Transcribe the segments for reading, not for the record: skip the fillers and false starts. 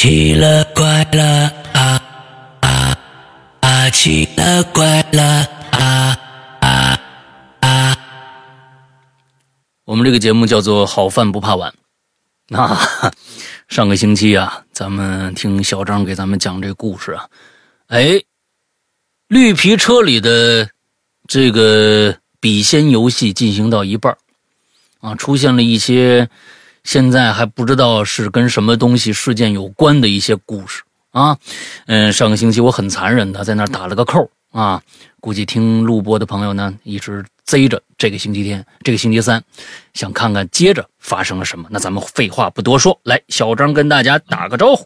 奇了怪了啊啊啊！奇了怪了啊啊啊！我们这个节目叫做好饭不怕晚啊。上个星期啊，咱们听小张给咱们讲这故事啊，绿皮车里的这个笔仙游戏进行到一半啊，出现了一些现在还不知道是跟什么东西事件有关的一些故事啊。上个星期我很残忍的在那儿打了个扣啊，估计听录播的朋友呢一直贼着这个星期三想看看接着发生了什么。那咱们废话不多说，来，小张跟大家打个招呼。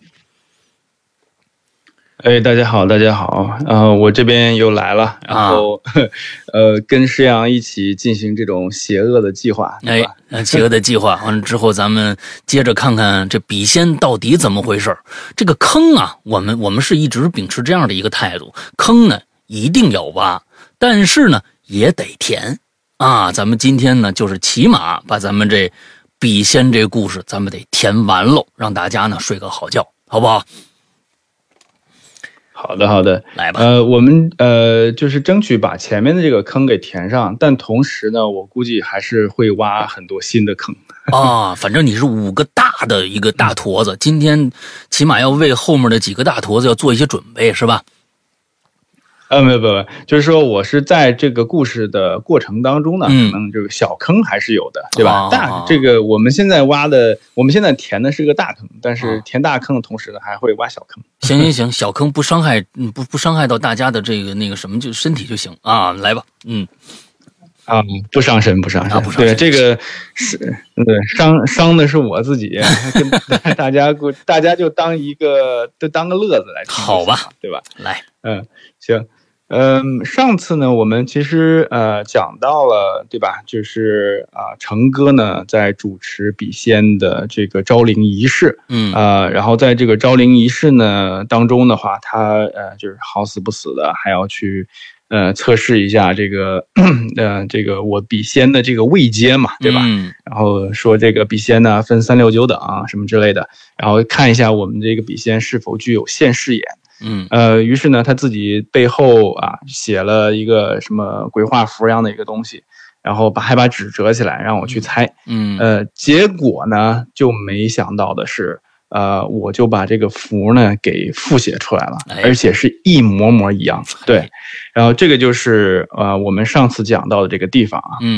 大家好，我这边又来了，然后跟施阳一起进行这种邪恶的计划，对吧？ 邪恶的计划完了之后，咱们接着看看这笔仙到底怎么回事。这个坑啊，我们是一直秉持这样的一个态度，坑呢一定要挖，但是呢也得填啊。咱们今天呢就是起码把咱们这笔仙这故事咱们得填完喽，让大家呢睡个好觉，好不好？ 好的， 来吧。 我们就是争取把前面的这个坑给填上，但同时呢，我估计还是会挖很多新的坑啊。反正你是5个大的一个大坨子，今天起码要为后面的几个大坨子要做一些准备，是吧？ 没有，就是说我是在这个故事的过程当中呢，可能这个小坑还是有的，对吧？这个我们现在填的是个大坑，但是填大坑的同时呢，还会挖小坑。 行，小坑不伤害，不伤害到大家的这个那个什么，就身体就行啊。来吧， 不伤身，对，这个是对伤的是我自己，跟大家就当个乐子来听， 好吧， 对吧？ 来， 行。上次呢，我们其实讲到了，对吧？就是成哥呢在主持笔仙的这个招灵仪式，然后在这个招灵仪式呢当中的话，他就是好死不死的还要去测试一下这个这个我笔仙的这个位阶嘛，对吧？然后说这个笔仙呢分3、6、9等什么之类的，然后看一下我们这个笔仙是否具有现视眼。于是呢，他自己背后写了一个什么鬼画符一样的一个东西，然后还把纸折起来让我去猜。结果呢，就没想到的是，我就把这个符呢给复写出来了，而且是一模一样。对，然后这个就是我们上次讲到的这个地方啊。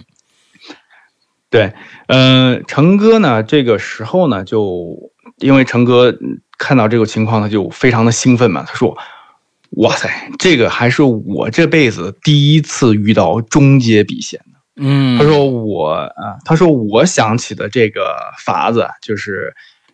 对，成哥呢，这个时候呢，就因为成哥看到这个情况，他就非常的兴奋嘛。他说：“哇塞，这个还是我这辈子第一次遇到中阶笔仙的。”他说我想起的这个法子就是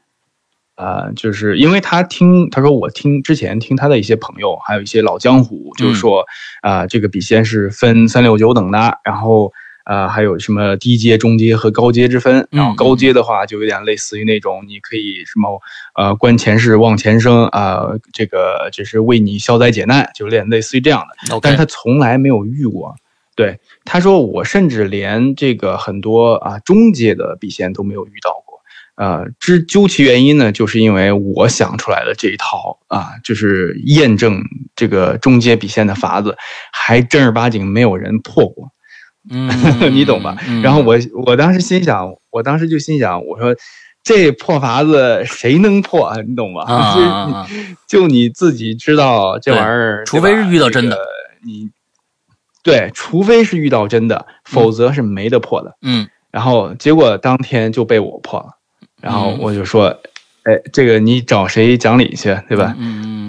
因为他说我之前听他的一些朋友，还有一些老江湖，就是说这个笔仙是分3、6、9等的，然后还有什么低阶、中阶和高阶之分。然后高阶的话就有点类似于那种你可以什么观前世望前生这个就是为你消灾解难，就有点类似于这样的。但是他从来没有遇过。对，他说我甚至连这个很多中阶的笔仙都没有遇到过。究其原因呢，就是因为我想出来的这一套就是验证这个中阶笔仙的法子，还正儿八经没有人破过。你懂吧？然后我当时就心想，我说这破法子谁能破啊？你懂吧？就你自己知道这玩意儿， 除非是遇到真的， 对，除非是遇到真的，否则是没得破的。然后结果当天就被我破了，然后我就说，这个你找谁讲理去，对吧？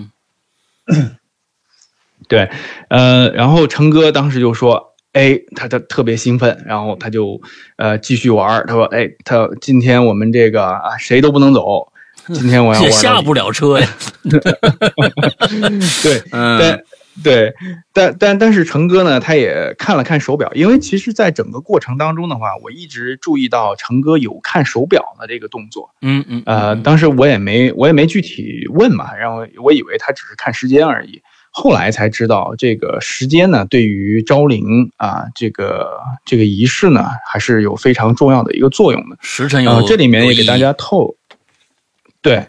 对，然后成哥当时就说。他特别兴奋，然后他就继续玩。他说：“他今天我们这个谁都不能走，今天我要玩。”也下不了车呀。 对，但是成哥呢，他也看了看手表，因为其实在整个过程当中的话，我一直注意到成哥有看手表的这个动作。当时我也没具体问嘛，然后我以为他只是看时间而已。后来才知道，这个时间呢，对于招灵这个仪式呢，还是有非常重要的一个作用的。 时辰有这里面也给大家透。对，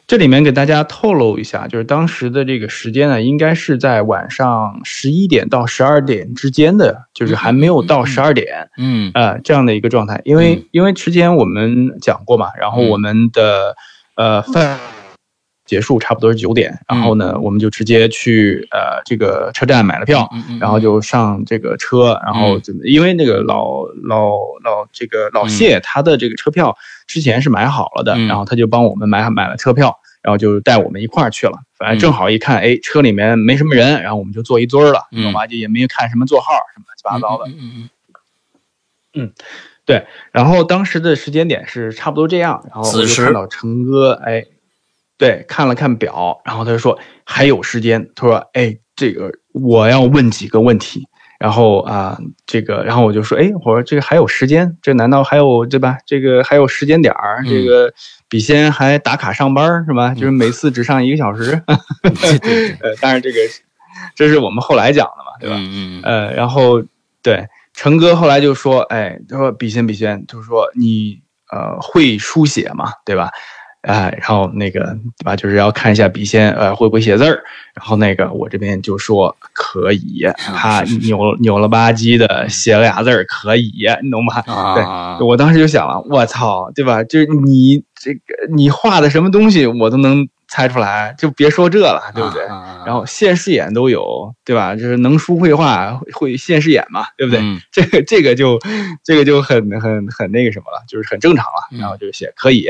这里面给大家透露一下，就是当时的这个时间呢，应该是在晚上11点到12点之间的，就是还没有到12点，这样的一个状态。因为之前我们讲过嘛，然后我们的饭结束差不多是9点，然后呢，我们就直接去这个车站买了票，然后就上这个车，然后因为那个老谢他的这个车票之前是买好了的，然后他就帮我们买了车票，然后就带我们一块儿去了。反正正好一看，哎，车里面没什么人，然后我们就坐一堆了，懂吗？就也没有看什么座号什么乱七八糟的。对。然后当时的时间点是差不多这样，然后我就看到成哥，哎。对，看了看表，然后他就说还有时间，他说，哎，这个我要问几个问题，然后然后我就说，哎，我说这个还有时间，这难道还有对吧？这个还有时间点儿，这个笔仙还打卡上班是吧？就是每次只上1个小时。当然这是我们后来讲的嘛，对吧？然后对，成哥后来就说，哎，他说笔仙，就是说你会书写嘛，对吧？然后那个对吧，就是要看一下笔仙会不会写字儿，然后那个我这边就说可以，他扭了吧唧的写了俩字儿，可以，你懂吗？对，我当时就想了，我操，对吧？就是你这个你画的什么东西我都能猜出来，就别说这了，对不对？然后现视眼都有，对吧？就是能书会画会现视眼嘛，对不对？这个就很那个什么了，就是很正常了。然后就写可以。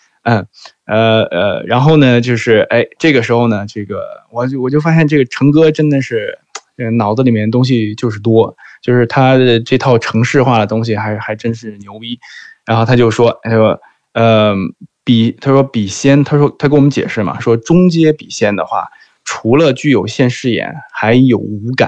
然后呢，就是哎，这个时候呢，这个我就发现这个成哥真的是脑子里面东西就是多，就是他的这套程式化的东西还真是牛逼。然后他就说，他说笔仙，他跟我们解释嘛，说中阶笔仙的话，除了具有现视眼，还有五感。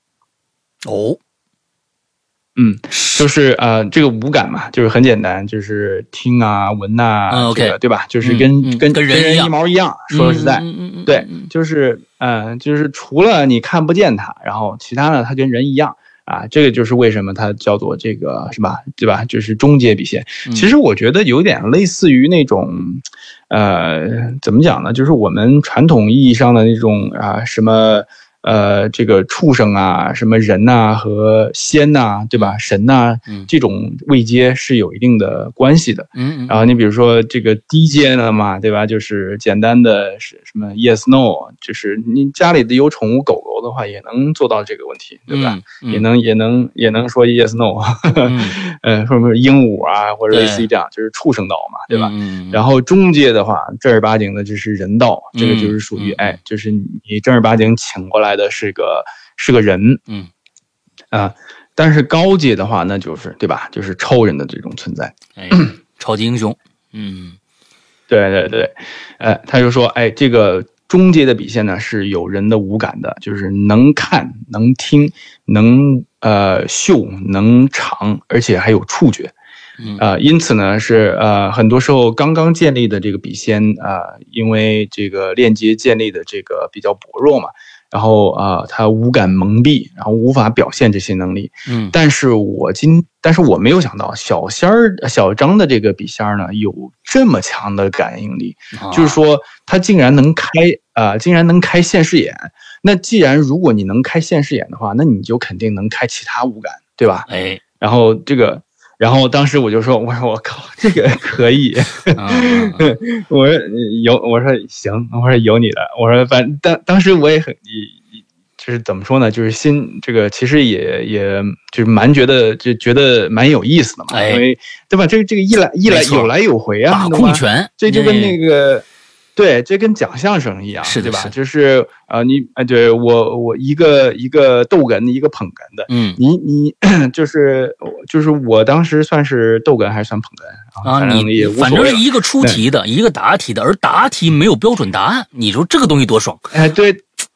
就是这个五感嘛，就是很简单，就是听啊、闻啊，这个对吧？就是跟人一毛一样。说实在，对，就是除了你看不见它，然后其他呢，它跟人一样啊。这个就是为什么它叫做这个是吧？对吧？就是中阶笔仙。其实我觉得有点类似于那种怎么讲呢？就是我们传统意义上的那种什么。这个畜生啊，什么人呐和仙呐，对吧？神呐，这种位阶是有一定的关系的。然后你比如说这个低阶的嘛，对吧？就是简单的是什么 yes no， 就是你家里的有宠物狗狗的话，也能做到这个问题，对吧？也能说 yes no， 说什么鹦鹉啊，或者类似于这样，就是畜生道嘛，对吧？然后中阶的话，正儿八经的就是人道，这个就是属于就是你正儿八经请过来的是个人，但是高阶的话，那就是对吧？就是超人的这种存在， 超级英雄， 对，他就说，这个中阶的笔仙呢是有人的五感的，就是能看、能听、能嗅、能尝，而且还有触觉。因此呢是很多时候刚刚建立的这个笔仙因为这个链接建立的这个比较薄弱嘛。然后他五感蒙蔽，然后无法表现这些能力。但是我没有想到小张的这个笔仙呢有这么强的感应力，就是说他竟然能开现视眼。那既然如果你能开现视眼的话，那你就肯定能开其他五感，对吧？然后当时我就说，我说我靠，这个可以。我说行，我说有你的，我说当时我也很，就是怎么说呢，就是这个其实也就是蛮觉得蛮有意思的嘛，因为对吧？这个一来有来有回啊， 把控权， 这就跟那个。对，这跟讲相声一样， 是的， 对吧？就是对我一个逗哏的，一个捧哏的，你就是我当时算是逗哏还是算捧哏你反正是一个出题的，一个答题的，而答题没有标准答案，你说这个东西多爽？ 对，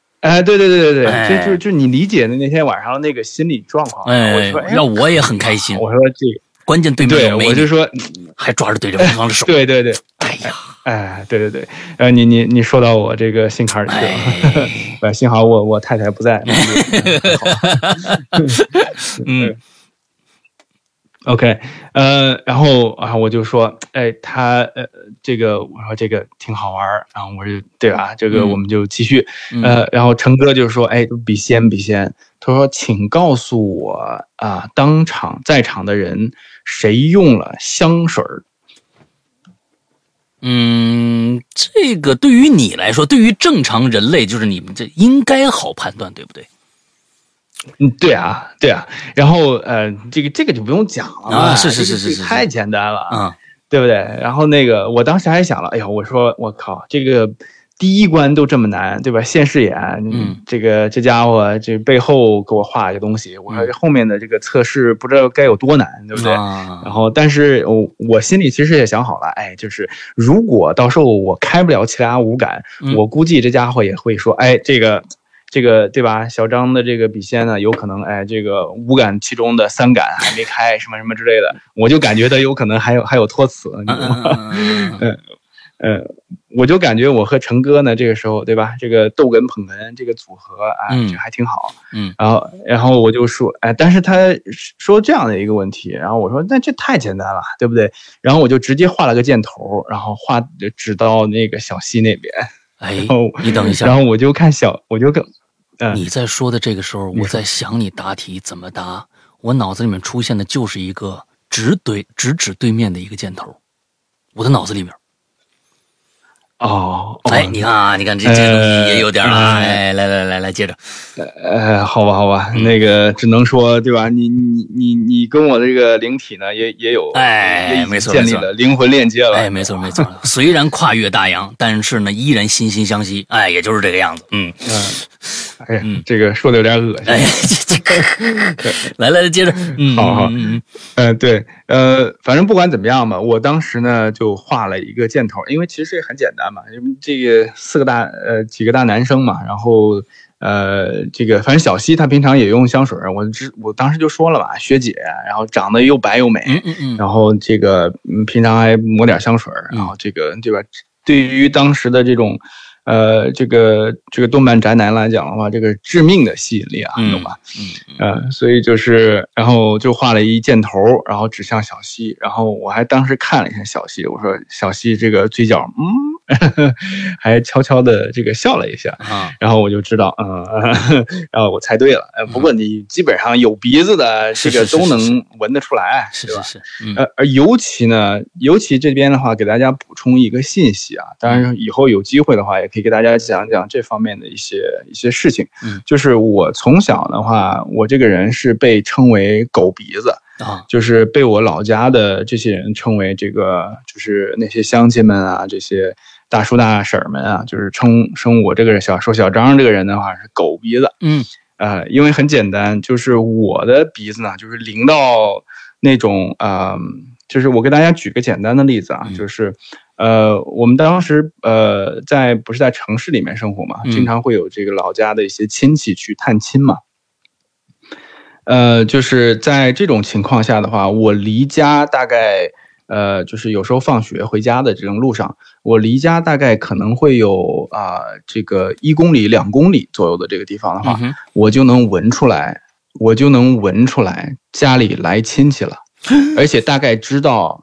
就你理解的那天晚上那个心理状况，我说让我也很开心。 我说这个关键对面有美女， 我就说还抓着对着对方的手， 对， 哎呀。 对，你说到我这个心坎里去了，幸好我太太不在。 OK，然后我就说，哎，这个我说这个挺好玩，然后我就对吧，这个我们就继续，然后成哥就说，哎，笔仙，他说，请告诉我当场在场的人谁用了香水儿。 这个对于你来说，对于正常人类，就是你们这应该好判断，对不对？ 对啊，然后这个就不用讲了嘛， 是， 太简单了，对不对？然后那个我当时还想了，哎呀，我说我靠，这个第一关都这么难，对吧？现视眼，这家伙这背后给我画一个东西，我说后面的这个测试不知道该有多难，对不对？然后但是我心里其实也想好了，哎，就是如果到时候我开不了其他五感，我估计这家伙也会说，哎，这个对吧？小张的这个笔仙呢，有可能这个五感其中的三感还没开，什么之类的，我就感觉他有可能还有托词，你知道吗？我就感觉我和成哥呢，这个时候对吧？这个逗哏捧哏这个组合这还挺好。然后我就说，但是他说这样的一个问题，然后我说那这太简单了，对不对？然后我就直接画了个箭头，然后指到那个小溪那边。 你等一下， 然后我就你在说的这个时候，我在想你答题怎么答，我脑子里面出现的就是一个直指对面的一个箭头，我的脑子里面。你看，这东西也有点了。来，接着。 好吧，那个只能说，对吧？你跟我这个灵体呢，也有， 没错， 建立了灵魂链接了。 没错。虽然跨越大洋，但是呢，依然惺惺相惜。也就是这个样子。 这个说的有点恶心。 来，接着。 好。对，反正不管怎么样吧，我当时呢就画了一个箭头，因为其实也很简单嘛，因为这个几个大男生嘛，然后这个反正小西他平常也用香水，我当时就说了吧，学姐，然后长得又白又美，然后这个平常还抹点香水，然后这个对吧？对于当时的这种这个动漫宅男来讲的话，这个致命的吸引力你懂吧？所以就是然后就画了一箭头，然后指向小西，然后我还当时看了一下小西，我说小西这个嘴角还悄悄的这个笑了一下，然后我就知道然后我猜对了，不过你基本上有鼻子的这个都能闻得出来， 是吧？而尤其这边的话，给大家补充一个信息当然以后有机会的话，也可以给大家讲讲这方面的一些事情。就是我从小的话，我这个人是被称为狗鼻子。就是被我老家的这些人称为这个，就是那些乡亲们这些大叔大婶们就是称我这个人小张这个人的话是狗鼻子。因为很简单，就是我的鼻子呢，就是灵到那种就是我给大家举个简单的例子就是我们当时不是在城市里面生活嘛，经常会有这个老家的一些亲戚去探亲嘛。就是在这种情况下的话，我离家大概就是有时候放学回家的这种路上，我离家大概可能会有这个1公里2公里左右的这个地方的话，我就能闻出来家里来亲戚了，而且大概知道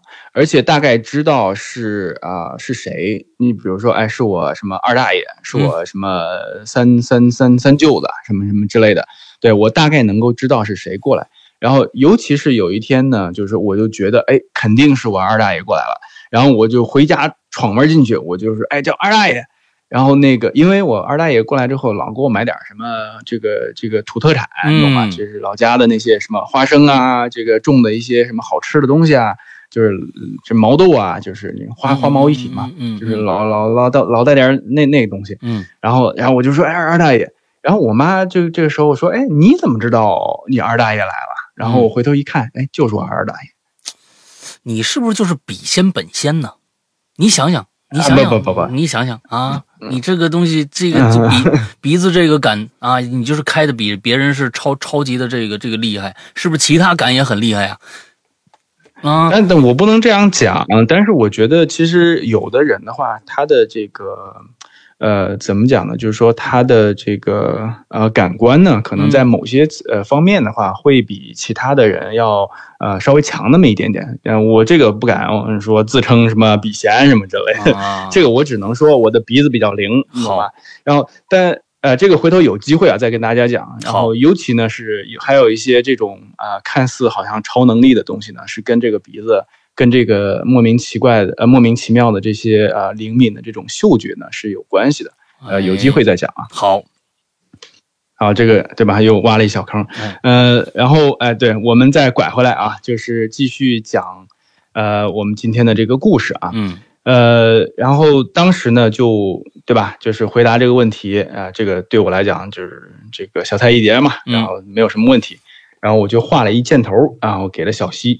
是谁。你比如说，是我什么二大爷，是我什么三舅子，什么之类的。对，我大概能够知道是谁过来，然后尤其是有一天呢，就是我就觉得肯定是我二大爷过来了，然后我就回家闯门进去，我就是叫二大爷，然后那个因为我二大爷过来之后老给我买点什么这个土特产，懂吗？就是老家的那些什么花生这个种的一些什么好吃的东西就是这毛豆就是花毛一体嘛，就是老带点那个东西，然后我就说二大爷。然后我妈就这个时候说，你怎么知道你二大爷来了？然后我回头一看，就是我二大爷。 你是不是就是笔仙本仙呢？你想想， 不， 你想想你这个东西，这个鼻子这个感你就是开的比别人是超级的这个厉害，是不是？其他感也很厉害但我不能这样讲，但是我觉得其实有的人的话，他的这个怎么讲呢？就是说他的这个感官呢，可能在某些方面的话，会比其他的人要稍微强那么一点点。我这个不敢说自称什么笔仙什么之类的，这个我只能说我的鼻子比较灵，好吧？然后这个回头有机会再跟大家讲。然后尤其呢是还有一些这种看似好像超能力的东西呢，是跟这个鼻子。跟这个莫名其妙的这些灵敏的这种嗅觉呢是有关系的，有机会再讲啊。好，这个对吧？又挖了一小坑，然后对，我们再拐回来啊，就是继续讲我们今天的这个故事啊，然后当时呢就对吧，就是回答这个问题这个对我来讲就是这个小菜一碟嘛，然后没有什么问题，然后我就画了一箭头啊，我给了小西。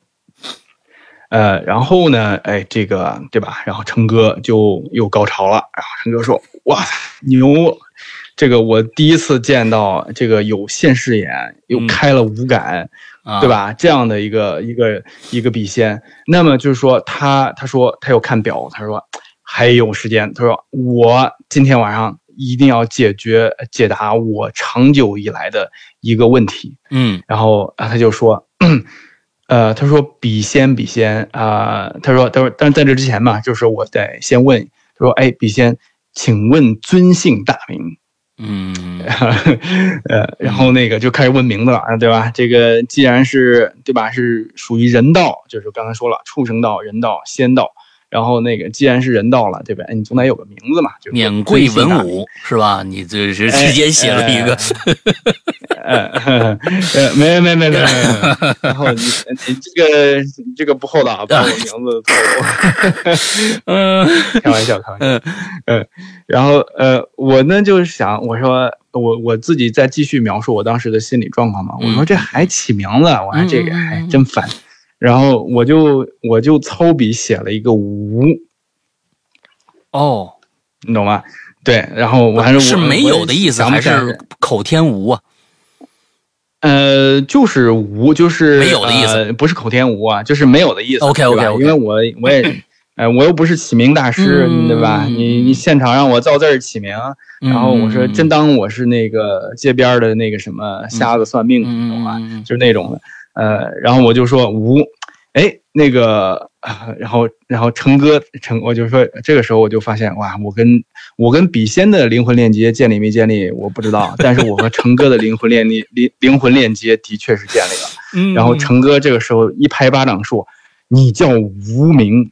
然后呢，这个对吧？然后成哥就又高潮了。然后成哥说：“哇，牛！这个我第一次见到这个有现视眼，又开了五感，对吧？这样的一个笔仙。那么就是说，他说他又看表，他说还有时间。他说我今天晚上一定要解答我长久以来的一个问题。然后他就说。”他说笔仙他说，但是在这之前嘛，就是我得先问，他说，笔仙，请问尊姓大名？然后那个就开始问名字了，对吧？这个既然是对吧，是属于人道，就是刚才说了，畜生道、人道、仙道。然后那个既然是人道了，对吧？你总得有个名字嘛，就免贵文武是吧？你这是直接写了一个， 没。然后你这个不厚道，把我名字透露。开玩笑。然后我呢就是想，我说我自己再继续描述我当时的心理状况嘛。我说这还起名字，我说这个还真烦。然后我就操笔写了一个无，你懂吗？对，然后我还是没有的意思，还是口天无啊？ 就是无，就是没有的意思， 不是口天无啊，就是没有的意思。 OK， 因为我也我又不是起名大师，对吧？你现场让我造字起名，然后我说真当我是那个街边的那个什么瞎子算命，懂吗？就是那种的。然后我就说无，那个，然后成哥，我就说这个时候我就发现哇，我跟笔仙的灵魂链接建立没建立我不知道，但是我和成哥的灵魂链接的确是建立了。然后成哥这个时候一拍巴掌说：“你叫无名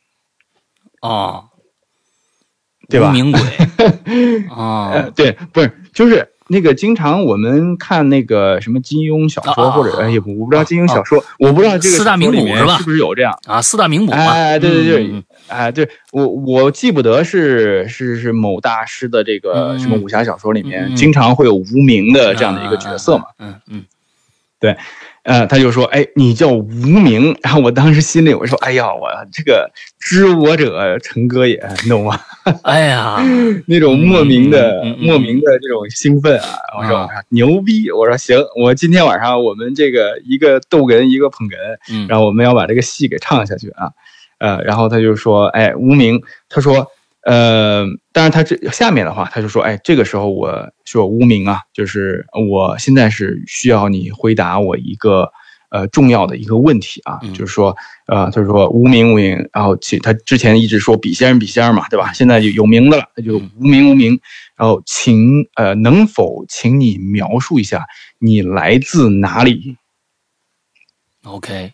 对吧？ 无名鬼对，不是就是。”那个经常我们看那个什么金庸小说，或者我不知道金庸小说，我不知道这个四大名捕是吧？ 是不是有这样啊？四大名捕对，对，我记不得是某大师的这个什么武侠小说里面，经常会有无名的这样的一个角色嘛。对。他就说，你叫无名，然后我当时心里我说，哎呀，我这个知我者成哥也，你懂吗？ 哎呀， 那种莫名的这种兴奋啊！我说牛逼！我说行，我今天晚上我们这个一个逗哏一个捧哏，然后我们要把这个戏给唱下去啊！然后他就说，无名，他说。当然他这下面的话他就说，这个时候我说无名啊，就是我现在是需要你回答我一个重要的一个问题啊，就是说他说无名，然后他之前一直说笔仙嘛，对吧？现在有名的了，他就无名，然后能否请你描述一下你来自哪里 ？OK。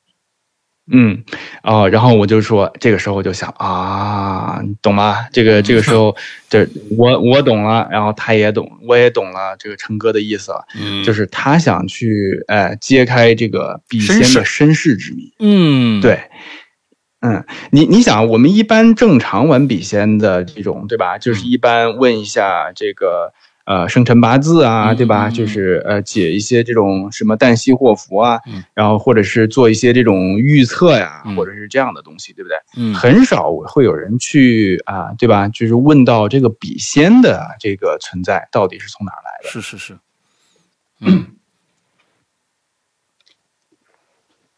然后我就说，这个时候我就想啊，你懂吗？这个时候，这我懂了，然后他也懂，我也懂了这个成哥的意思了，就是他想去揭开这个笔仙的身世之谜。对，你想，我们一般正常玩笔仙的这种，对吧？就是一般问一下这个。生辰八字啊，对吧？就是解一些这种什么旦夕祸福啊，然后或者是做一些这种预测呀，或者是这样的东西，对不对？很少会有人去对吧？就是问到这个笔仙的这个存在到底是从哪儿来的？ 是。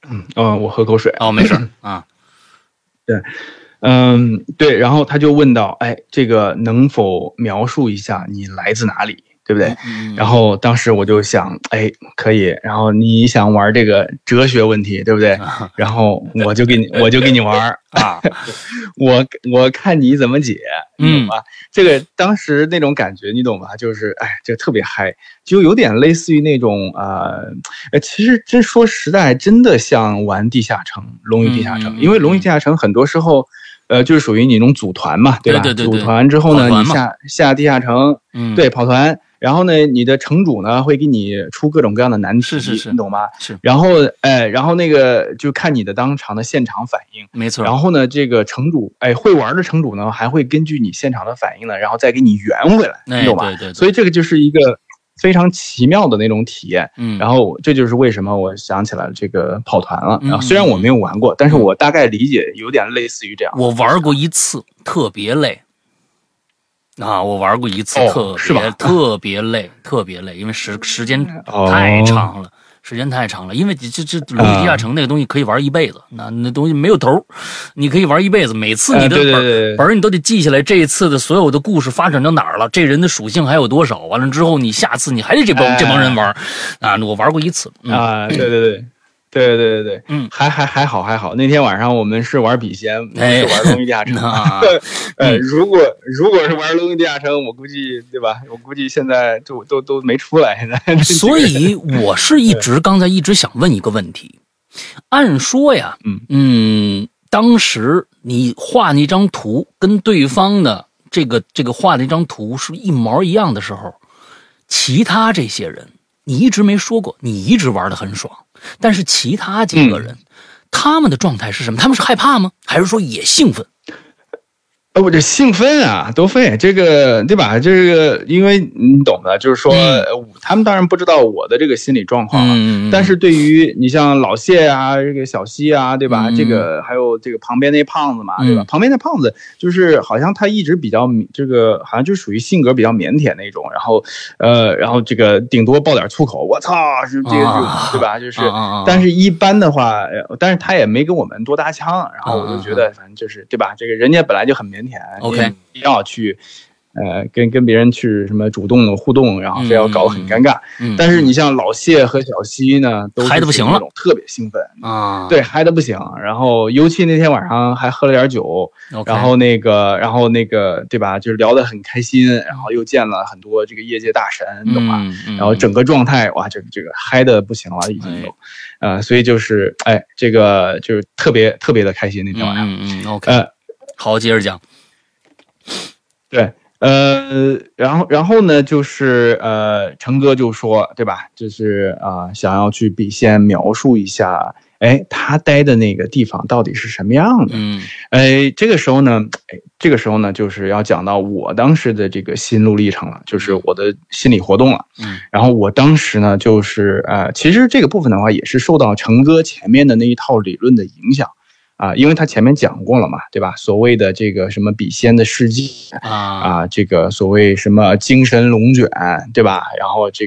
我喝口水。 没事啊。 对，对，然后他就问到，哎，这个能否描述一下你来自哪里，对不对？然后当时我就想，哎，可以。然后你想玩这个哲学问题，对不对？然后我就给你玩啊，我看你怎么解，你懂吧？这个当时那种感觉，你懂吧？就是哎，这特别嗨，就有点类似于那种其实真说实在，真的像玩地下城，龙与地下城，因为龙与地下城很多时候。就是属于你那种组团嘛，对吧？ 对， 组团之后呢，你下地下城，对，跑团。然后呢，你的城主呢会给你出各种各样的难题， 是， 你懂吗？ 是。 然后那个就看你的当场的现场反应， 没错。 然后呢，这个城主，会玩的城主呢还会根据你现场的反应呢，然后再给你圆回来，你懂吗？ 对。 所以这个就是一个非常奇妙的那种体验，然后这就是为什么我想起来了这个跑团了。然后虽然我没有玩过，但是我大概理解有点类似于这样。 我玩过一次，特别累啊！我玩过一次，特别累，因为时间太长了。时间太长了，因为这龙与地下城那个东西可以玩一辈子，那东西没有头，你可以玩一辈子。每次你的本你都得记下来，这一次的所有的故事发展到哪儿了，这人的属性还有多少。完了之后，你下次你还得这帮人玩啊！我玩过一次啊，对，还好。那天晚上我们是玩笔仙，不是玩龙与地下城。如果是玩龙与地下城，我估计对吧？我估计现在都没出来。现在， 所以我是刚才一直想问一个问题。按说呀，当时你画那张图跟对方的这个画的一张图是一毛一样的时候，其他这些人你一直没说过，你一直玩得很爽。但是其他几个人，他们的状态是什么？他们是害怕吗？还是说也兴奋？ 我这兴奋啊，都费这个对吧？这个因为你懂的，就是说，他们当然不知道我的这个心理状况了。但是对于你像老谢啊，这个小西啊，对吧？这个还有这个旁边那胖子嘛，对吧？旁边那胖子就是好像他一直比较这个，好像就属于性格比较腼腆那种，然后这个顶多爆点粗口，我操，是这个对吧？就是，但是一般的话，但是他也没跟我们多搭腔，然后我就觉得反正就是对吧？这个人家本来就很腼腆。 OK， 必要去，跟别人去什么主动的互动，然后非要搞得很尴尬。但是你像老谢和小西呢，都嗨得不行了， 特别兴奋啊，对，嗨得不行。然后尤其那天晚上还喝了点酒，然后那个对吧，就是聊得很开心，然后又见了很多这个业界大神，懂吗？然后整个状态哇，这个嗨得不行了，已经都，所以就是这个就是特别的开心那天晚上。 OK，好，接着讲。 对，然后呢，就是成哥就说，对吧？就是想要去笔仙描述一下，他待的那个地方到底是什么样的？这个时候呢，就是要讲到我当时的这个心路历程了，就是我的心理活动了。然后我当时呢，就是其实这个部分的话，也是受到成哥前面的那一套理论的影响。因为他前面讲过了嘛，对吧？所谓的这个什么笔仙的世界这个所谓什么精神龙卷，对吧？然后这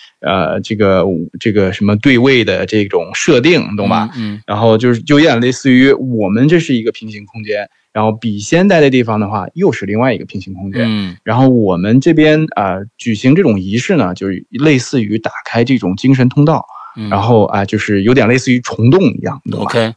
个什么对位的这种设定，懂吧？然后就有点类似于我们这是一个平行空间，然后笔仙待的地方的话又是另外一个平行空间。然后我们这边举行这种仪式呢，就是类似于打开这种精神通道，然后就是有点类似于虫洞一样，懂吧 ？OK。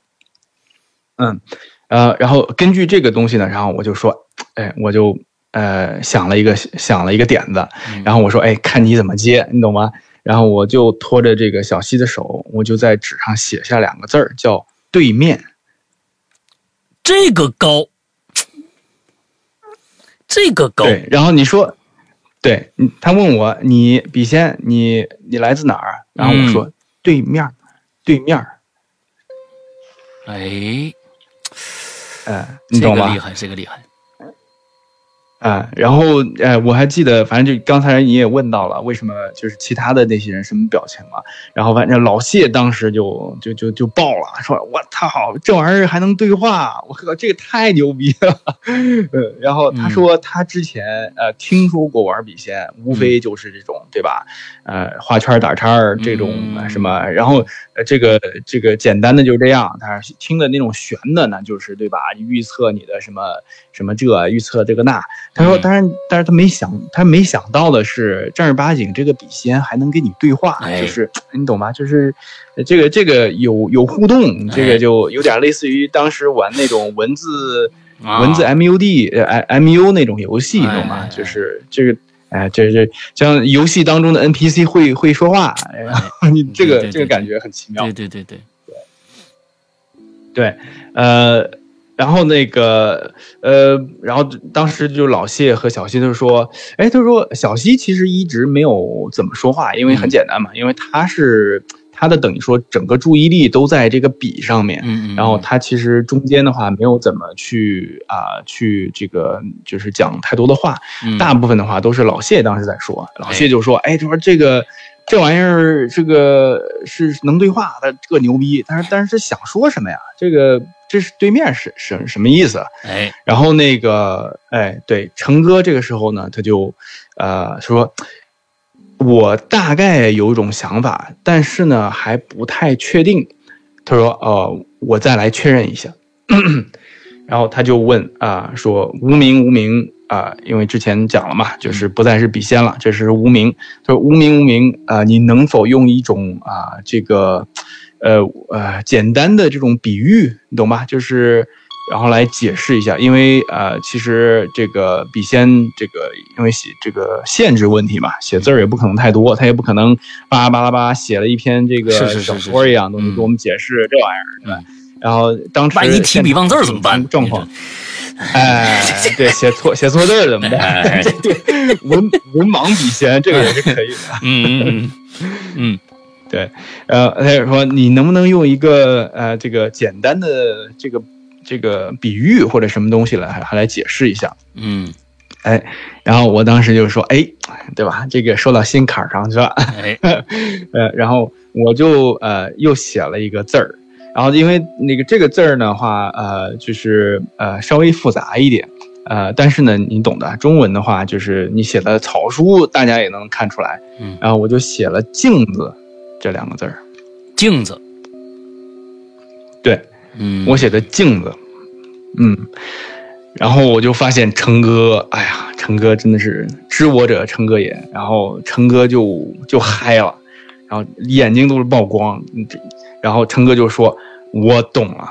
然后根据这个东西呢，然后我就说，我就想了一个点子，然后我说，看你怎么接，你懂吗？然后我就拖着这个小西的手，我就在纸上写下2个字儿，叫对面。 这个高。 对，然后你说，对，他问我你笔仙，你来自哪儿？然后我说对面。你懂吗？ 这个厉害。 然后我还记得，反正就刚才你也问到了，为什么就是其他的那些人什么表情嘛？然后反正老谢当时就爆了，说我操，这玩意儿还能对话，我靠，这个太牛逼了。然后他说他之前听说过玩笔仙，无非就是这种对吧？画圈打叉这种什么，然后这个简单的就是这样，他听的那种玄的呢，就是对吧？预测你的什么这预测这个那。他说，但是他没想到的是，正儿八经这个笔仙还能跟你对话，就是你懂吗？就是这个有互动，这个就有点类似于当时玩那种文字 MUD、MU 那种游戏，懂吗？就是这个。这像游戏当中的 NPC 会说话，你这个感觉很奇妙。对，然后那个然后当时就老谢和小西就说，他说小西其实一直没有怎么说话，因为很简单嘛，因为他的等于说整个注意力都在这个笔上面，然后他其实中间的话没有怎么去这个就是讲太多的话，大部分的话都是老谢当时在说，老谢就说，就说这玩意儿这个是能对话，他这个牛逼，但是想说什么呀？这是对面是什么意思？然后那个对成哥这个时候呢，他就说。我大概有一种想法，但是呢还不太确定。他说我再来确认一下。然后他就问说无名因为之前讲了嘛，就是不再是笔仙了，这是无名。他说无名你能否用一种这个简单的这种比喻，你懂吧？就是然后来解释一下，因为其实这个笔仙这个因为写这个限制问题嘛，写字儿也不可能太多，他也不可能巴拉巴拉写了一篇这个小说一样东西给我们解释这玩意儿，对吧？然后当时万一提笔忘字怎么办？ 状况，对，写错字儿怎么办？文盲笔仙这个也是可以的。对，他就说你能不能用一个这个简单的这个比喻或者什么东西还来解释一下。然后我当时就说对吧，这个说到心坎上去了。然后我就又写了一个字儿，然后因为这个字儿的话就是稍微复杂一点，但是呢你懂的，中文的话就是你写的草书大家也能看出来。然后我就写了镜子这两个字儿。 镜子， 对，我写的镜子。然后我就发现成哥，成哥真的是知我者成哥也，然后成哥就嗨了，然后眼睛都是曝光，然后成哥就说我懂了。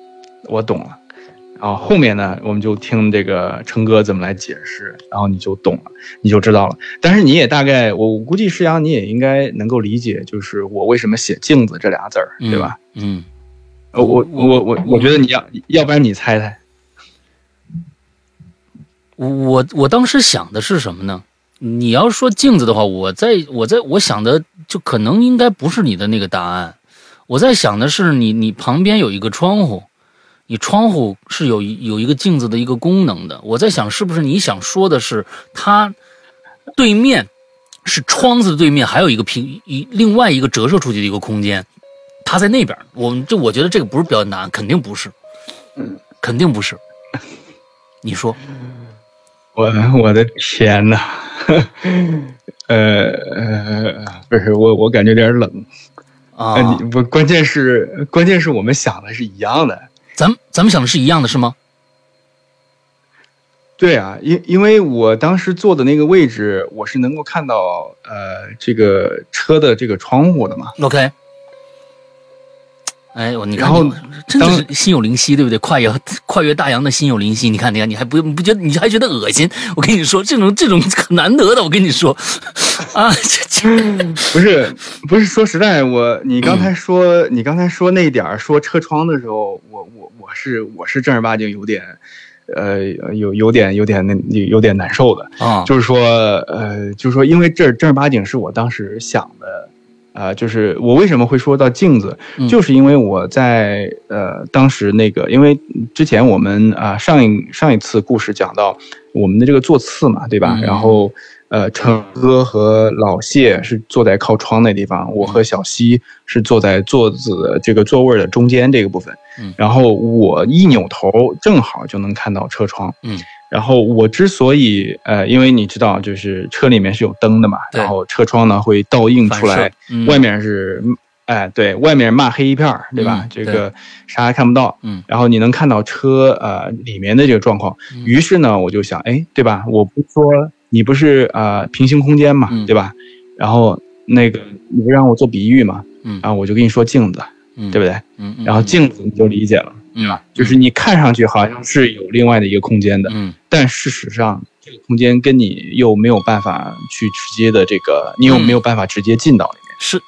然后后面呢我们就听这个成哥怎么来解释，然后你就懂了，你就知道了。但是你也大概，我估计施洋你也应该能够理解，就是我为什么写镜子这俩字儿，对吧？我觉得你要不然你猜猜。 我当时想的是什么呢？你要说镜子的话，我想的就可能应该不是你的那个答案。我在想的是你旁边有一个窗户，你窗户是有一个镜子的一个功能的。我在想是不是你想说的是它对面是窗子的对面还有一个另外一个折射出去的一个空间，它在那边。我觉得这个不是标准答案，肯定不是，肯定不是。你说。 我的天哪！不是我感觉有点冷啊。关键是我们想的是一样的。 咱们想的是一样的是吗？ 对啊，因为我当时坐的那个位置，我是能够看到这个车的这个窗户的嘛。 OK。你看，真的是心有灵犀，对不对？跨越大洋的心有灵犀，你看，你还不觉得，你还觉得恶心？我跟你说，这种很难得的，我跟你说， 不是，说实在，你刚才说那点说车窗的时候，我是正儿八经有点，有点难受的啊，就是说，因为正儿八经是我当时想的。就是我为什么会说到镜子，就是因为我在当时那个，因为之前我们上一次故事讲到我们的这个座次嘛，对吧？然后成哥和老谢是坐在靠窗那地方，我和小西是坐在座子的这个座位的中间这个部分。然后我一扭头，正好就能看到车窗。然后我之所以因为你知道，就是车里面是有灯的嘛，然后车窗呢会倒映出来，外面是对，外面抹黑一片，对吧？这个啥也看不到。然后你能看到车里面的这个状况。于是呢，我就想，对吧？我不说你不是平行空间嘛，对吧？然后那个你不让我做比喻嘛，然后我就跟你说镜子，对不对？然后镜子你就理解了。对吧？就是你看上去好像是有另外的一个空间的，但事实上这个空间跟你又没有办法去直接的你又没有办法直接进到里面。 是。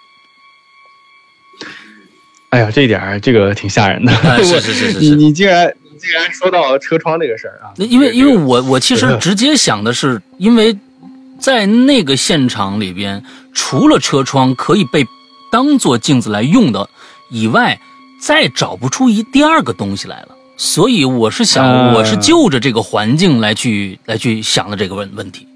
哎呀，这一点这个挺吓人的。 是。 你竟然说到车窗这个事儿啊？ 因为我其实直接想的是，因为在那个现场里边，除了车窗可以被当做镜子来用的以外，再找不出第二个东西来了，所以我是想，我是就着这个环境来去想的这个问题。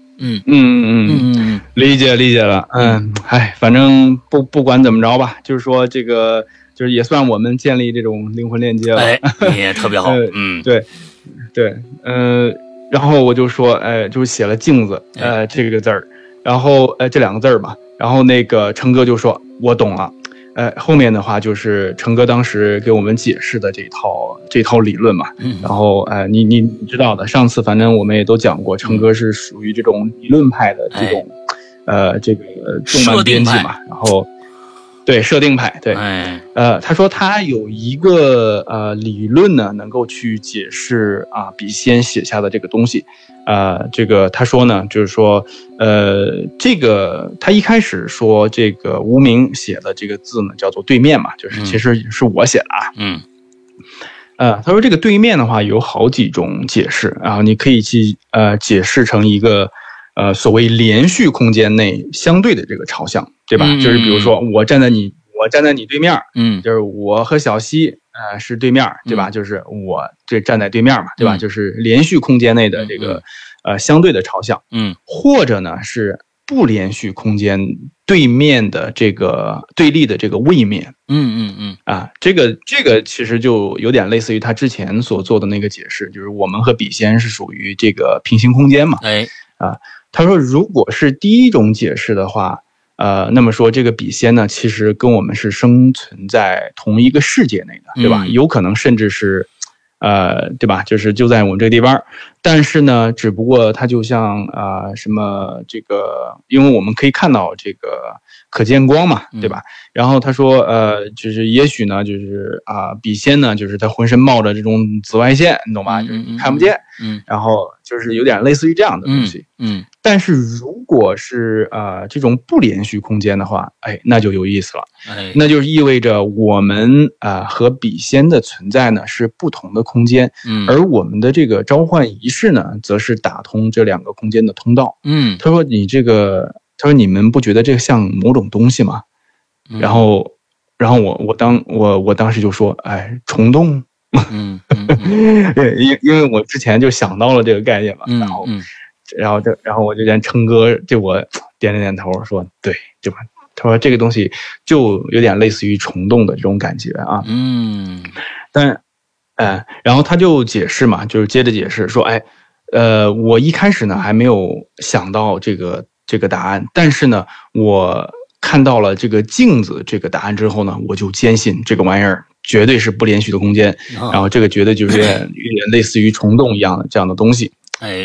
理解了。反正不管怎么着吧，就是说这个就是也算我们建立这种灵魂链接了。 你也特别好。 对，然后我就说，就写了镜子，这个字儿，然后这两个字儿嘛，然后那个成哥就说，我懂了。后面的话就是成哥当时给我们解释的这套理论嘛，然后你知道的，上次反正我们也都讲过，成哥是属于这种理论派的这种这个动漫编辑嘛，然后对设定派，对，他说他有一个理论呢，能够去解释笔仙写下的这个东西。这个他说呢，就是说，这个他一开始说这个无名写的这个字呢，叫做对面嘛，就是其实是我写的他说这个对面的话有好几种解释，然后你可以去解释成一个所谓连续空间内相对的这个朝向，对吧？就是比如说我站在你对面，就是我和小西是对面，对吧？就是我这站在对面嘛，对吧？就是连续空间内的这个相对的朝向，或者呢是不连续空间对面的这个对立的这个位面，这个其实就有点类似于他之前所做的那个解释，就是我们和笔仙是属于这个平行空间嘛，他说如果是第一种解释的话。那么说这个笔仙呢，其实跟我们是生存在同一个世界内的，对吧？有可能甚至是，对吧？就在我们这个地方，但是呢，只不过它就像什么这个，因为我们可以看到这个可见光嘛，对吧？然后他说，就是也许呢，就是笔仙呢，就是他浑身冒着这种紫外线，你懂吧？就是你看不见，然后就是有点类似于这样的东西，但是如果是这种不连续空间的话，那就有意思了，那就意味着我们和笔仙的存在呢是不同的空间，而我们的这个召唤仪式呢，则是打通这两个空间的通道。他说你们不觉得这个像某种东西吗？然后我当时就说，虫洞。因为我之前就想到了这个概念嘛，然后我就跟成哥就我点了点头说对，对吧？他说这个东西就有点类似于虫洞的这种感觉啊，但然后他就解释嘛，就是接着解释说，我一开始呢还没有想到这个答案，但是呢我看到了这个镜子这个答案之后呢，我就坚信这个玩意儿绝对是不连续的空间，然后这个绝对就是有点类似于虫洞一样的这样的东西。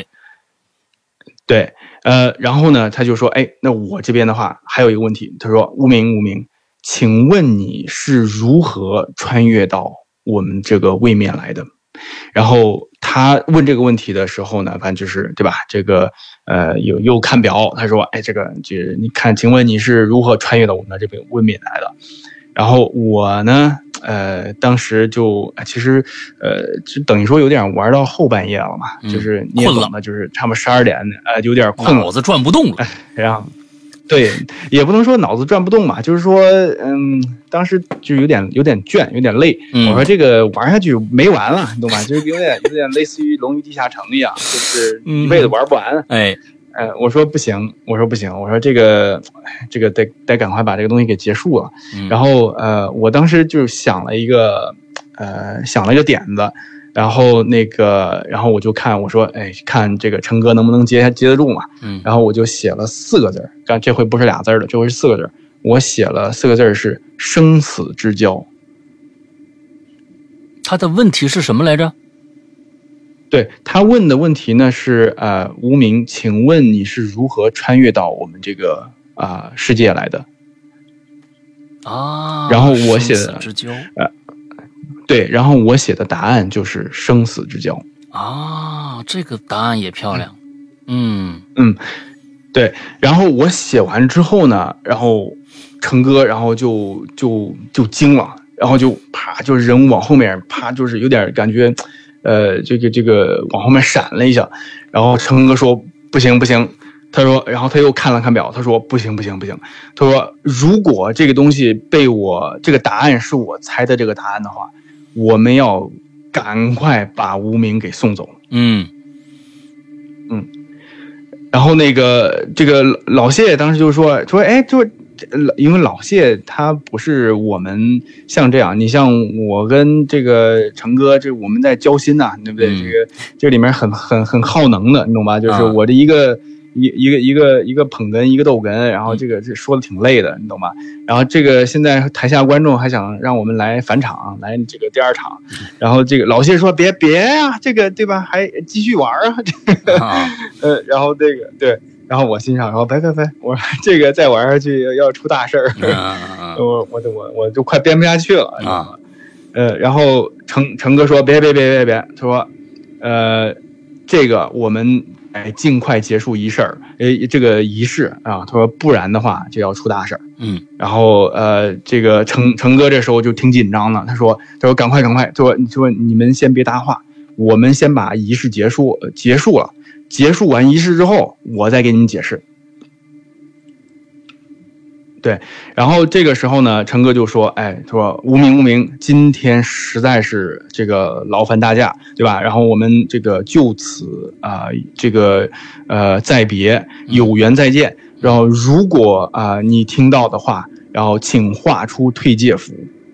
对，然后呢，他就说，那我这边的话还有一个问题，他说，无名，请问你是如何穿越到我们这个位面来的？然后他问这个问题的时候呢，反正就是对吧？这个又看表，他说，这个就是你看，请问你是如何穿越到我们这边位面来的？然后我呢，当时就其实就等于说有点玩到后半夜了嘛，就是你也懂的，就是差不多12点，有点困了， 脑子转不动了。 然后对，也不能说脑子转不动嘛，就是说，当时就有点倦，有点累。我说这个玩下去没完了，你懂吗？就是有点类似于《龙与地下城》一样，就是一辈子玩不完。我说不行，我说这个得赶快把这个东西给结束了。然后我当时就想了一个点子。然后我就看，我说，看这个成哥能不能接得住嘛？然后我就写了4个字，但这回不是俩字了，这回是4个字。我写了4个字是生死之交。 他的问题是什么来着？ 对，他问的问题呢是无名，请问你是如何穿越到我们这个世界来的？ 然后我写的生死之交。 对，然后我写的答案就是生死之交。 这个答案也漂亮。 对，然后我写完之后呢，然后成哥然后就惊了，然后就啪，就是人物往后面啪，就是有点感觉这个往后面闪了一下，然后成哥说不行，他说，然后他又看了看表，他说不行，他说如果这个东西这个答案是我猜的这个答案的话，我们要赶快把无名给送走。然后这个老谢当时就说，因为老谢他不是我们像这样，你像我跟这个成哥，这我们在交心呐，对不对？这里面很耗能的，你懂吧？就是我这一个捧哏，一个逗哏，然后这说的挺累的，你懂吧？然后这个现在台下观众还想让我们来返场，来这个第2场，然后这个老谢说别啊，这个对吧？还继续玩啊，然后对，然后我心想说别，我说这个再玩下去要出大事儿，我就快编不下去了然后成哥说别，他说这个我们尽快结束这个仪式啊，他说不然的话就要出大事儿。然后这个成哥这时候就挺紧张了，他说赶快，他说你们先别搭话，我们先把仪式结束了，结束完仪式之后我再给你们解释。对，然后这个时候呢，成哥就说，他说无名，今天实在是这个劳烦大驾，对吧？然后我们这个就此再别，有缘再见。然后如果你听到的话，然后请画出退界符。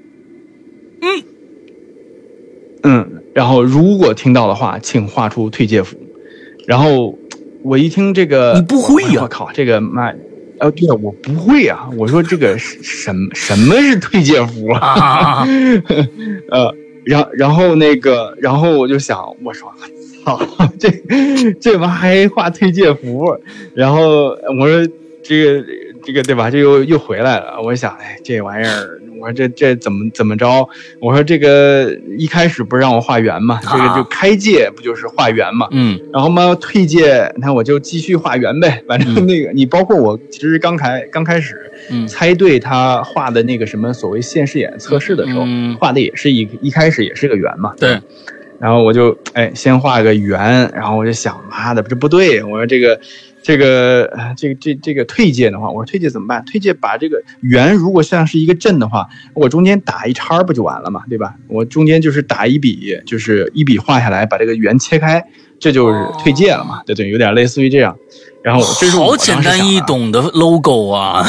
然后如果听到的话，请画出退界符。然后我一听这个， 你不会呀？ 我靠，这个妈！对啊，我不会啊！我说这个什么是退界符啊？然后然后我就想，我说操，这玩意还画退界符？然后我说这个对吧？这又回来了。我想，这玩意儿，我说这怎么着？我说这个一开始不是让我画圆嘛？这个就开界不就是画圆嘛？然后嘛退界，那我就继续画圆呗。反正你包括我，其实刚开始猜对他画的那个什么所谓现视眼测试的时候，画的也是一开始也是个圆嘛。 对。 然后我就先画个圆，然后我就想，妈的，这不对！我说这个退界的话，我说退界怎么办？退界把这个圆如果像是一个阵的话，我中间打一叉不就完了嘛，对吧？我中间就是打一笔，就是一笔画下来，把这个圆切开，这就是退界了嘛，对，有点类似于这样。然后这是好简单易懂的 logo 啊！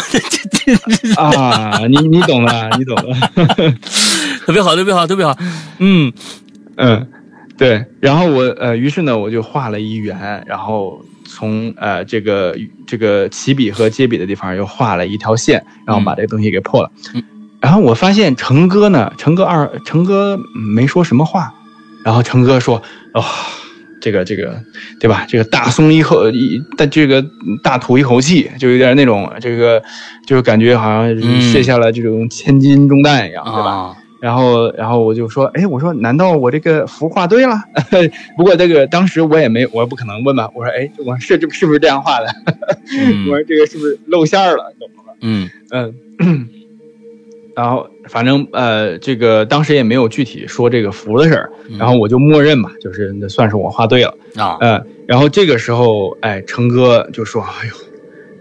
你懂了， 特别好。 对，然后我于是呢，我就画了一圆，然后从这个起笔和接笔的地方又画了一条线，然后把这个东西给破了。然后我发现成哥没说什么话，然后成哥说这个对吧？这个大松大吐一口气，就有点那种就是感觉好像卸下了这种千斤重担一样，对吧？然后我就说，我说难道我这个符画对了？不过这个当时我也不可能问吧。我说，我是不是这样画的？我说这个是不是露馅了？懂了？然后反正这个当时也没有具体说这个符的事儿，然后我就默认吧，就是算是我画对了啊。 然后这个时候，成哥就说，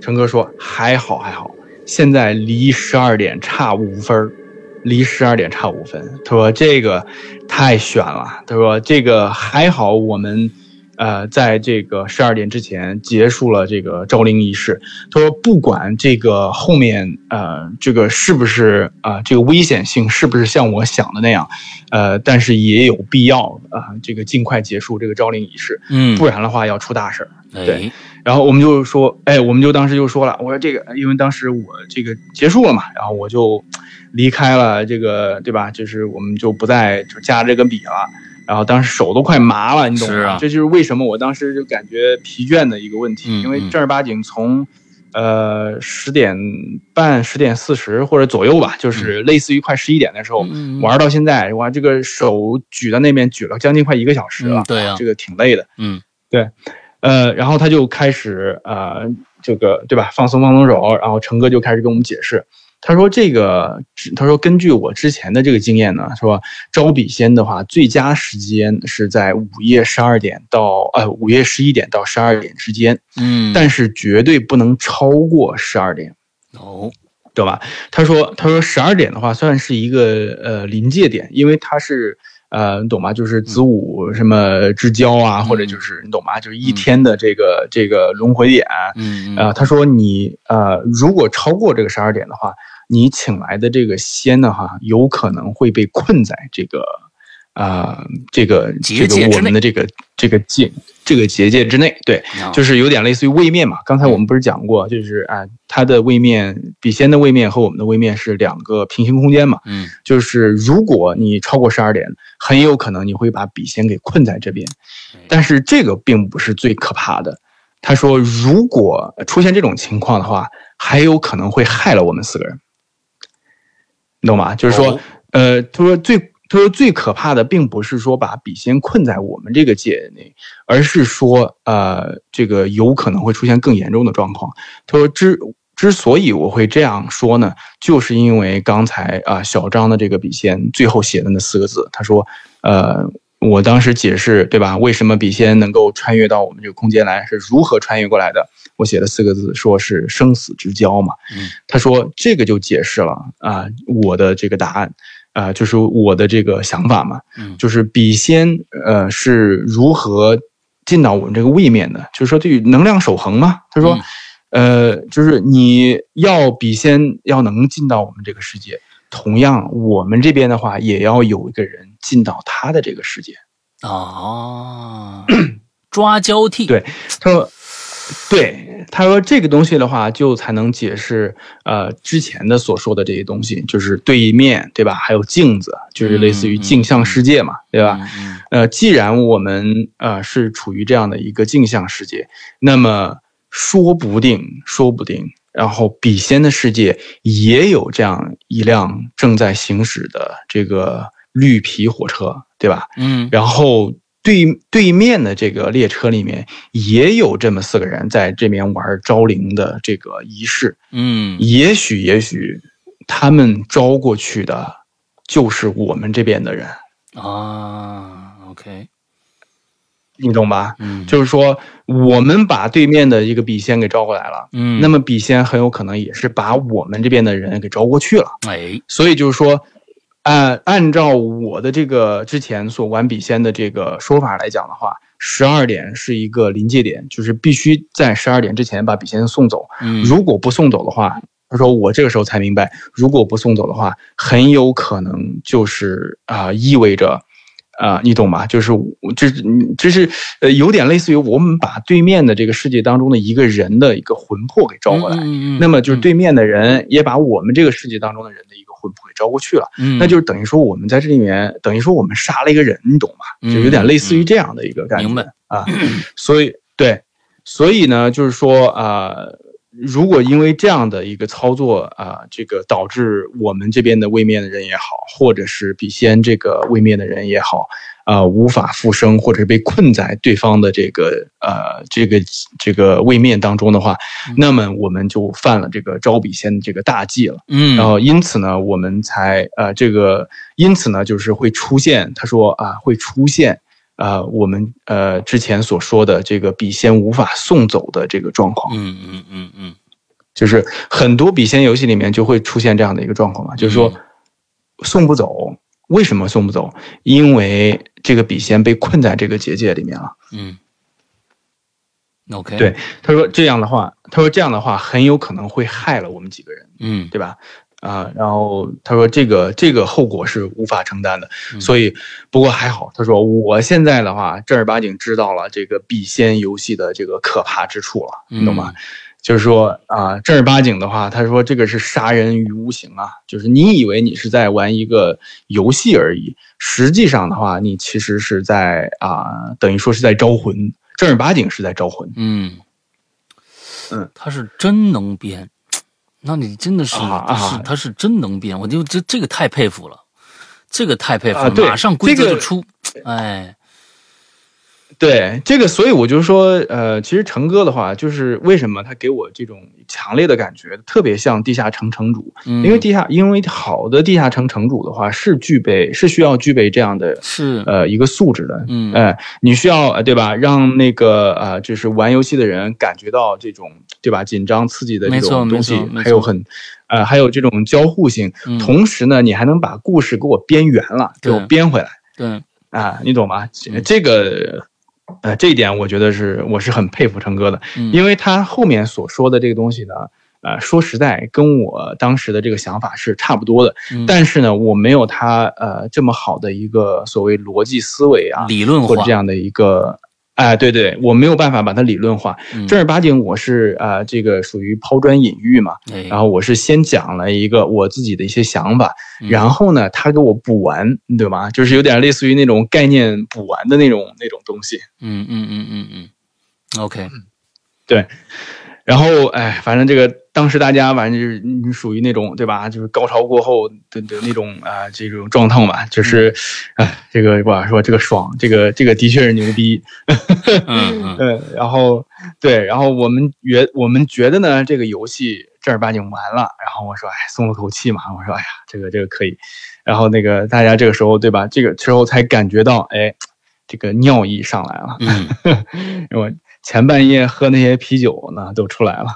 陈哥说还好，现在离12点差5分，离12点差5分。他说这个太悬了，他说这个还好我们在这个12点之前结束了这个招灵仪式。他说不管这个后面这个是不是这个危险性是不是像我想的那样，但是也有必要这个尽快结束这个招灵仪式，不然的话要出大事。对，然后我们就说，我们就当时就说了，我说这个，因为当时我这个结束了嘛，然后我就离开了这个，对吧？就是我们就不再就夹这根笔了，然后当时手都快麻了，你懂吗？这就是为什么我当时就感觉疲倦的一个问题，因为正儿八经从10点半、10点40或者左右吧，就是类似于快11点的时候玩到现在，哇，这个手举到那边举了将近快1个小时了， 对啊， 这个挺累的，对。然后他就开始这个对吧，放松手，然后成哥就开始跟我们解释，他说根据我之前的这个经验呢，说招笔仙的话，最佳时间是在午夜11点到12点之间，但是绝对不能超过12点，对吧？他说12点的话算是一个临界点，因为它是你懂吗？就是子午什么之交啊，或者就是你懂吗？就是一天的这个轮回点。他说你如果超过这个12点的话，你请来的这个仙的话，有可能会被困在这个我们的这个结界之内。对，就是有点类似于位面嘛。刚才我们不是讲过，就是它的位面，笔仙的位面和我们的位面是2个平行空间嘛。就是如果你超过12点，很有可能你会把笔仙给困在这边。但是这个并不是最可怕的。他说，如果出现这种情况的话，还有可能会害了我们4个人。你懂吗？就是说，他说最可怕的并不是说把笔仙困在我们这个界内，而是说这个有可能会出现更严重的状况。他说之所以我会这样说呢，就是因为刚才小张的这个笔仙最后写的那4个字，他说我当时解释对吧，为什么笔仙能够穿越到我们这个空间来，是如何穿越过来的，我写了4个字，说是生死之交嘛。他说这个就解释了我的这个答案。就是我的这个想法嘛，就是笔仙是如何进到我们这个位面的，就是说对于能量守恒嘛。他说就是你要笔仙要能进到我们这个世界，同样我们这边的话也要有一个人进到他的这个世界抓交替。 对，他说这个东西的话就才能解释之前的所说的这些东西，就是对面对吧，还有镜子，就是类似于镜像世界嘛，对吧？既然我们是处于这样的一个镜像世界，那么说不定然后笔仙的世界也有这样一辆正在行驶的这个绿皮火车，对吧？然后对面的这个列车里面也有这么4个人在这边玩招灵的这个仪式。也许他们招过去的就是我们这边的人 OK， 你懂吧？就是说我们把对面的一个笔仙给招过来了，那么笔仙很有可能也是把我们这边的人给招过去了。所以就是说按照我的这个之前所玩笔仙的这个说法来讲的话，12点是一个临界点，就是必须在12点之前把笔仙送走。如果不送走的话，他说我这个时候才明白，如果不送走的话，很有可能就是意味着你懂吗？就是这是有点类似于我们把对面的这个世界当中的一个人的一个魂魄给招过来，那么就是对面的人也把我们这个世界当中的人的一个魂魄给招过去了，那就是等于说我们在这里面等于说我们杀了一个人，你懂吗？就有点类似于这样的一个感觉。 明白所以呢，就是说如果因为这样的一个操作这个导致我们这边的位面的人也好，或者是笔仙这个位面的人也好无法复生，或者是被困在对方的这个位面当中的话，那么我们就犯了这个招笔仙的这个大忌了。然后因此呢，我们才因此呢，就是会出现，他说会出现我们之前所说的这个笔仙无法送走的这个状况。 就是很多笔仙游戏里面就会出现这样的一个状况嘛，就是说送不走，为什么送不走？因为这个笔仙被困在这个结界里面了。 OK， 对，他说这样的话很有可能会害了我们几个人，对吧？然后他说这个后果是无法承担的，所以不过还好，他说我现在的话正儿八经知道了这个笔仙游戏的这个可怕之处了，你懂吗？就是说正儿八经的话，他说这个是杀人于无形啊，就是你以为你是在玩一个游戏而已，实际上的话，你其实是在等于说是在招魂，正儿八经是在招魂。 他是真能编，那你真的是他是真能编，我就这个太佩服了，这个太佩服了，马上规则就出， 对这个，所以我就说，其实成哥的话，就是为什么他给我这种强烈的感觉，特别像地下城城主，因为好的地下城城主的话是需要具备这样的一个素质的，你需要对吧，让那个就是玩游戏的人感觉到这种对吧紧张刺激的这种东西，还有这种交互性，同时呢，你还能把故事给我编圆了，给我编回来， 对你懂吗？这个。这一点我觉得我是很佩服成哥的，因为他后面所说的这个东西呢，说实在跟我当时的这个想法是差不多的，但是呢，我没有他这么好的一个所谓逻辑思维理论化或者这样的一个。对，我没有办法把它理论化，正儿八经我是这个属于抛砖引玉嘛，然后我是先讲了一个我自己的一些想法，然后呢，他给我补完，对吧？就是有点类似于那种概念补完的那种东西。 OK， 对。然后反正这个当时大家反正就是属于那种对吧，就是高潮过后的那种这种状态吧，就是这个我说这个爽，这个的确是牛逼。然后对，然后我们觉得呢这个游戏正儿八经完了，然后我说松了口气嘛，我说这个可以，然后那个大家这个时候对吧，这个时候才感觉到这个尿意上来了。我前半夜喝那些啤酒呢都出来了。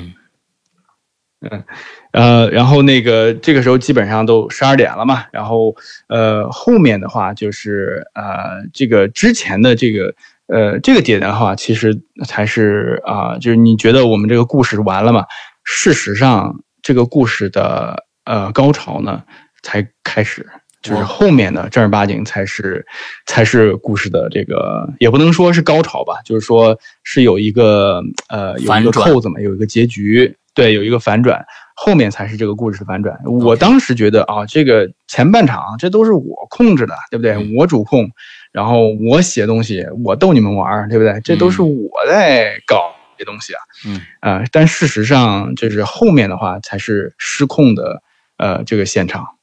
然后那个这个时候基本上都12点了嘛，然后后面的话就是这个之前的这个点的话，其实才是就是你觉得我们这个故事完了嘛？事实上，这个故事的高潮呢才开始。就是后面的正儿八经才是故事的这个，也不能说是高潮吧，就是说是有一个扣子嘛，有一个结局，对，有一个反转，后面才是这个故事的反转。我当时觉得这个前半场这都是我控制的，对不对？我主控，然后我写东西，我逗你们玩，对不对？这都是我在搞这东西但事实上就是后面的话才是失控的这个现场。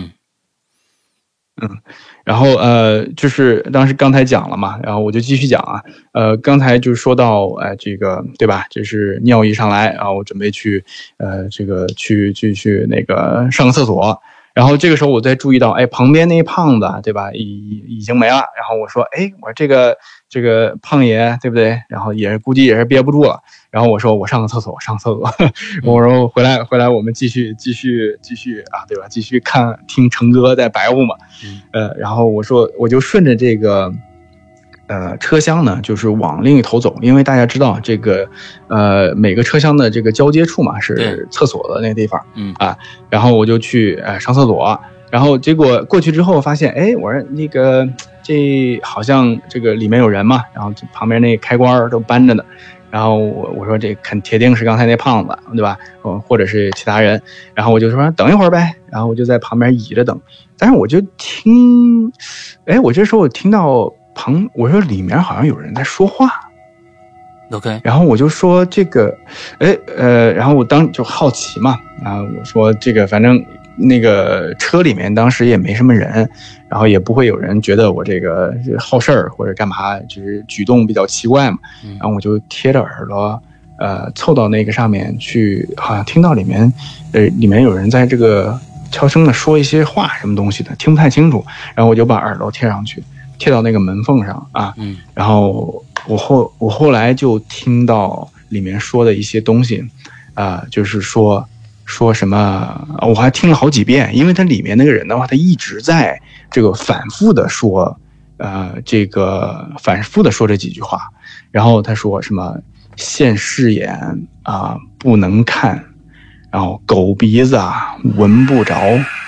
然后就是刚才讲了嘛，然后我就继续讲刚才就说到这个对吧，就是尿意上来，然后我准备去这个去那个上个厕所，然后这个时候我再注意到旁边那胖子对吧已经没了，然后我说我这个胖爷对不对，然后估计也是憋不住了，然后我说我上个厕所我说回来我们继续对吧，继续听成哥在白话嘛。然后我就顺着这个车厢呢就是往另一头走，因为大家知道这个每个车厢的这个交接处嘛是厕所的那个地方然后我就去上厕所，然后结果过去之后发现我说那个这好像这个里面有人嘛，然后旁边那开关都搬着呢，然后我说这铁定是刚才那胖子对吧，或者是其他人，然后我就说等一会儿呗，然后我就在旁边倚着等，但是我就听我这时候我听到我说里面好像有人在说话。 OK， 然后我就说这个然后我就好奇嘛我说这个反正那个车里面当时也没什么人，然后也不会有人觉得我这个好事儿或者干嘛，就是举动比较奇怪嘛。然后我就贴着耳朵凑到那个上面去，好像听到里面有人在这个悄声的说一些话什么东西的，听不太清楚，然后我就把耳朵贴上去，贴到那个门缝上然后我后来就听到里面说的一些东西就是说什么，我还听了好几遍，因为他里面那个人的话，他一直在这个反复的说，这几句话，然后他说什么现视眼不能看，然后狗鼻子闻不着，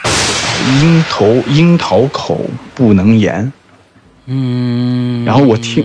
樱桃口不能言。然后我听，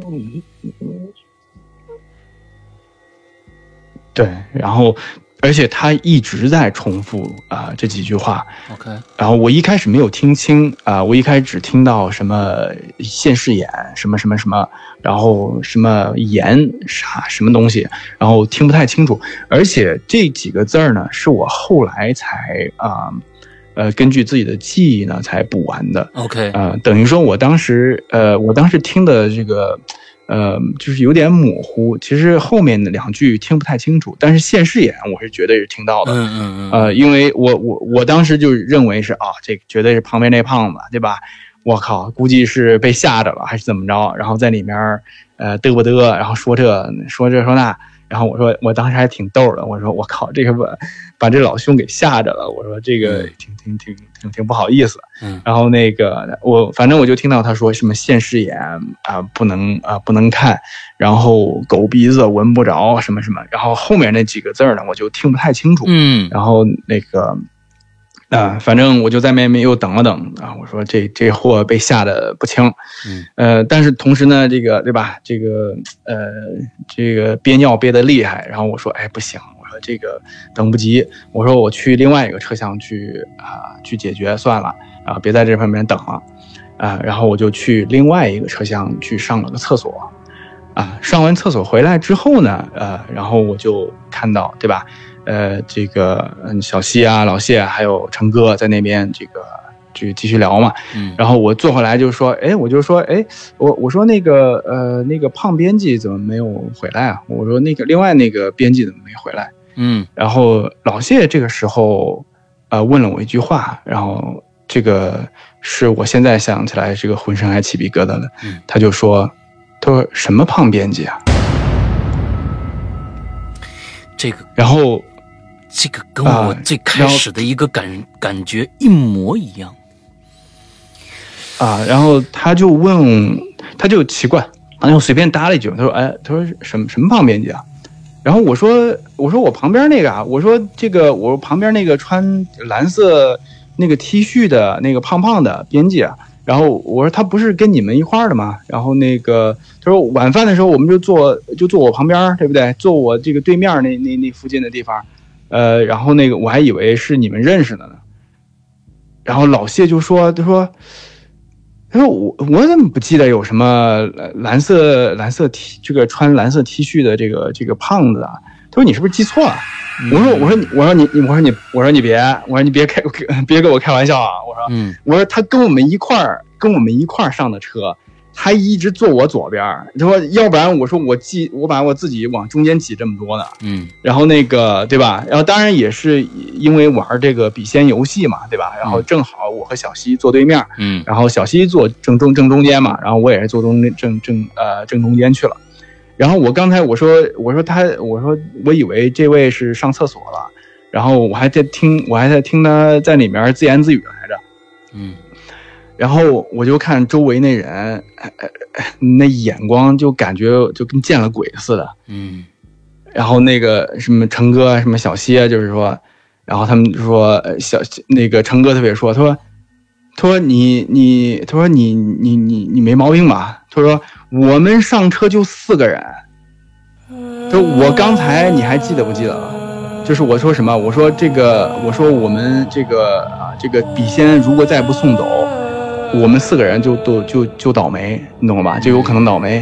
对，然后而且他一直在重复这几句话。 OK， 然后我一开始没有听清我一开始只听到什么现视眼什么什么什么，然后什么言啥什么东西，然后听不太清楚。而且这几个字儿呢，是我后来才根据自己的记忆呢才补完的。 OK， 等于说我当时听的这个就是有点模糊，其实后面的2句听不太清楚，但是现视眼我是绝对是听到的。因为我当时就认为是这个绝对是旁边那胖子，对吧？我靠，估计是被吓着了还是怎么着，然后在里面嘚不嘚，然后说这说那。然后我当时还挺逗的，我说我靠，这个把这老兄给吓着了，我说这个挺不好意思。然后那个反正我就听到他说什么现视眼不能看，然后狗鼻子闻不着什么什么，然后后面那几个字呢我就听不太清楚。然后那个反正我就在外面又等了等我说这货被吓得不轻。但是同时呢，这个对吧，这个憋尿憋得厉害，然后我说不行，我说这个等不及，我说我去另外一个车厢去解决算了别在这旁边等了然后我就去另外一个车厢去上了个厕所上完厕所回来之后呢然后我就看到对吧这个小西老谢还有成哥在那边这个继续聊嘛。然后我坐回来就说我说那个胖编辑怎么没有回来啊？我说另外那个编辑怎么没回来？然后老谢这个时候问了我一句话，然后这个是我现在想起来这个浑身还起皮疙瘩的。他说什么胖编辑啊？ 这个， 然后这个跟我最开始的一个感觉一模一样然后他就问，他就奇怪，然后随便搭了一句，他说什么胖编辑啊？然后我说我旁边那个我说我旁边那个穿蓝色那个 T 恤的那个胖胖的编辑然后我说他不是跟你们一块儿的吗？然后他说晚饭的时候我们就坐我旁边，对不对？坐我这个对面那附近的地方。然后我还以为是你们认识的呢。然后老谢就说他说我怎么不记得有什么蓝色 T 这个穿蓝色 T 恤的这个胖子啊？他说你是不是记错了？我说你别跟我开玩笑啊！我说他跟我们一块儿上的车，他一直坐我左边。他说要不然我把我自己往中间挤这么多呢。然后对吧？然后当然也是因为玩这个笔仙游戏嘛，对吧？然后正好我和小西坐对面，然后小西坐正中间嘛，然后我也是坐正中间去了。然后我刚才我说我以为这位是上厕所了，然后我还在听他在里面自言自语来着。然后我就看周围那人那眼光就感觉就跟见了鬼似的。然后那个什么成哥什么小西就是说，然后他们就说成哥特别说，他说你没毛病吧？他说我们上车就4个人。就我刚才你还记得不记得了？就是我说什么？我说我们这个笔仙如果再不送走，我们4个人就倒霉，你懂了吧？就有可能倒霉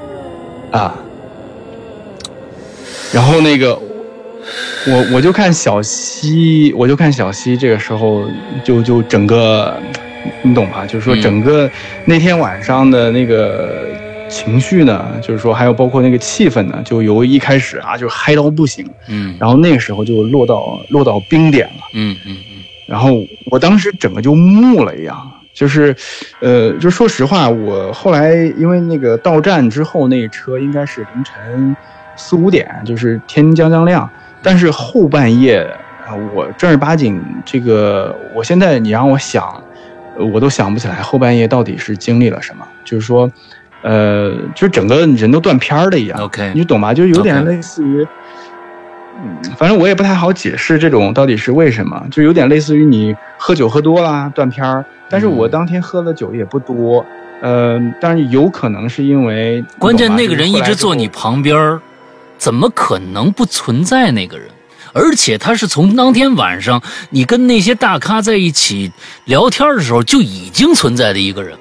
然后我就看小西这个时候就整个你懂吧？就是说整个那天晚上的那个情绪呢，就是说还有包括那个气氛呢，就由一开始就嗨到不行，然后那个时候就落到冰点了，然后我当时整个就木了一样，就是就说实话，我后来因为那个到站之后，那个车应该是凌晨4-5点，就是天将亮， 但是后半夜我正儿八经这个，我现在你让我想，我都想不起来后半夜到底是经历了什么。就是说，就是整个人都断片了一样。 OK， 你懂吗？就有点类似于，反正我也不太好解释这种到底是为什么，就有点类似于你喝酒喝多了断片儿。但是我当天喝的酒也不多，但是有可能是因为关键那个人一直坐你旁边，怎么可能不存在那个人？而且他是从当天晚上你跟那些大咖在一起聊天的时候就已经存在的一个人。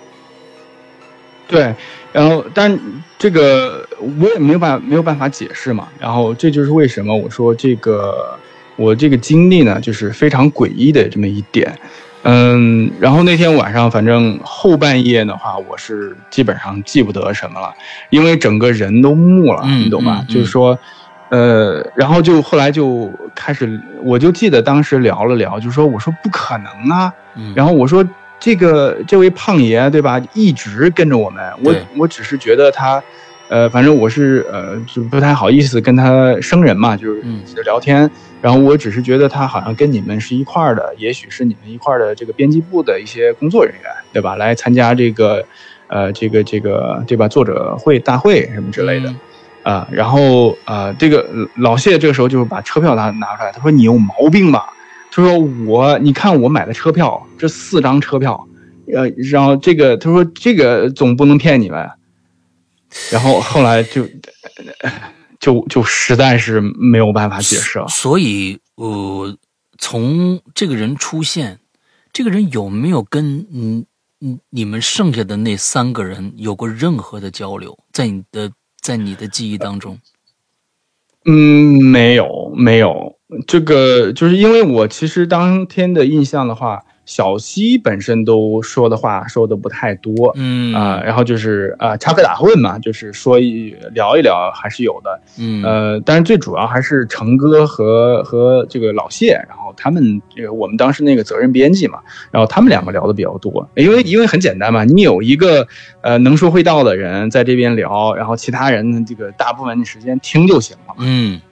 对，然后但这个我也没有办法解释嘛。然后这就是为什么我说我这个经历呢，就是非常诡异的这么一点。然后那天晚上，反正后半夜的话，我是基本上记不得什么了，因为整个人都木了，你懂吧？就是说，然后就后来就开始，我就记得当时聊了聊，就说我说不可能啊，然后我说这位胖爷对吧，一直跟着我们，我只是觉得他。反正我是就不太好意思跟他生人嘛，就是聊天。然后我只是觉得他好像跟你们是一块儿的，也许是你们一块儿的这个编辑部的一些工作人员，对吧？来参加这个这个对吧？作者会大会什么之类的然后这个老谢这个时候就把车票拿出来，他说你有毛病吧？他说你看我买的车票，这4张车票，然后他说这个总不能骗你们。然后后来就实在是没有办法解释了。 所以从这个人出现，这个人有没有跟你们剩下的那3个人有过任何的交流？在你的记忆当中？ 没有。这个就是因为我其实当天的印象的话，小西本身都说的话说的不太多，然后就是插科打诨嘛，就是聊一聊还是有的，但是最主要还是成哥和这个老谢，然后他们我们当时那个责任编辑嘛，然后他们2个聊的比较多，因为很简单嘛，你有一个能说会道的人在这边聊，然后其他人这个大部分的时间听就行了嘛，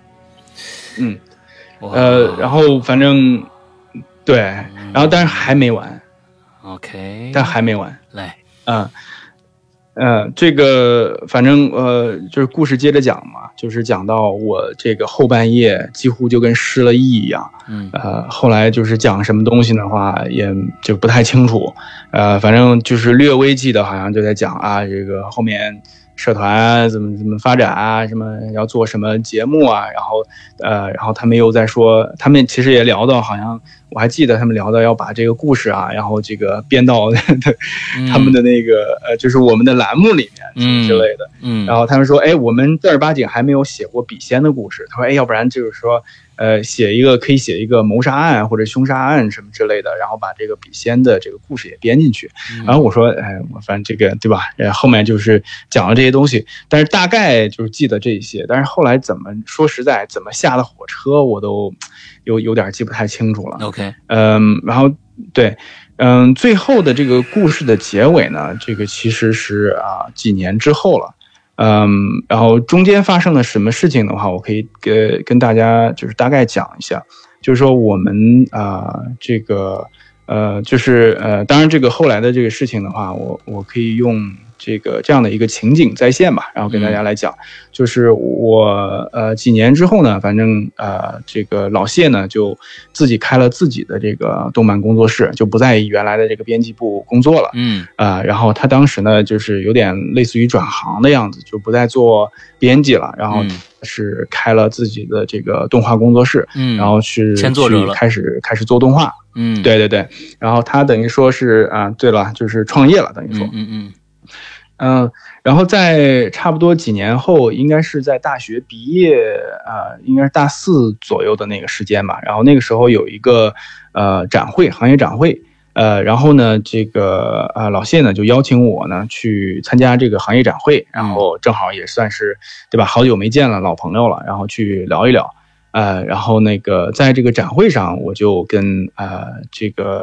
然后反正。对，然后但是还没完 ，OK， 但还没完， 来， 这个反正就是故事接着讲嘛，就是讲到我这个后半夜几乎就跟失了忆一样，后来就是讲什么东西的话也就不太清楚，反正就是略微记得好像就在讲这个后面。社团怎么发展啊？什么要做什么节目啊？然后他们又在说，他们其实也聊到，好像我还记得他们聊到要把这个故事然后这个编到他们的那个就是我们的栏目里面之类的。然后他们说，我们正儿八经还没有写过笔仙的故事。他说，要不然就是说。可以写一个谋杀案或者凶杀案什么之类的，然后把这个笔仙的这个故事也编进去。然后我说，我反正这个对吧？后面就是讲了这些东西，但是大概就是记得这些，但是后来说实在怎么下的火车，我都有点记不太清楚了。 OK， 然后对，最后的这个故事的结尾呢，这个其实是几年之后了。然后中间发生了什么事情的话，我可以跟大家就是大概讲一下，就是说我们这个就是当然这个后来的这个事情的话，我可以用这样的一个情景再现吧，然后跟大家来讲，就是我几年之后呢，反正这个老谢呢就自己开了自己的这个动漫工作室，就不在原来的这个编辑部工作了，然后他当时呢就是有点类似于转行的样子，就不再做编辑了，然后是开了自己的这个动画工作室，然后是签作者了， 开始做动画，对，然后他等于说是对了，就是创业了，等于说，然后在差不多几年后，应该是在大学毕业应该是大4左右的那个时间吧。然后那个时候有一个行业展会，然后呢，这个老谢呢就邀请我呢去参加这个行业展会，然后正好也算是对吧，好久没见了，老朋友了，然后去聊一聊。然后那个在这个展会上，我就跟这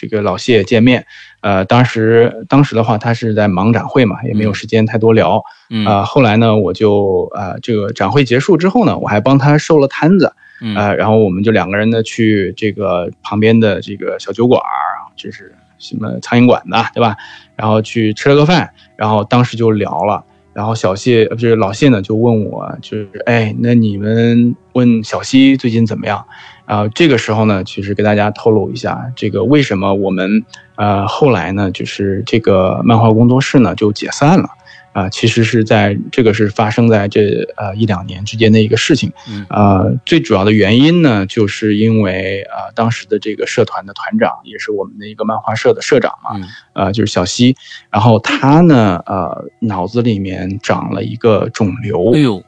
这个老谢见面。当时的话，他是在忙展会嘛，也没有时间太多聊。后来呢，我就这个展会结束之后呢，我还帮他收了摊子。然后我们就2个人呢去这个旁边的这个小酒馆，就是什么苍蝇馆子，对吧？然后去吃了个饭，然后当时就聊了。然后就是老谢呢就问我，就是那你们问小西最近怎么样？这个时候呢，其实给大家透露一下，这个为什么我们后来呢，就是这个漫画工作室呢就解散了。其实是这个是发生在这1-2年之间的一个事情。最主要的原因呢，就是因为当时的这个社团的团长也是我们的一个漫画社的社长嘛，就是小西，然后他呢脑子里面长了一个肿瘤。 哎呦，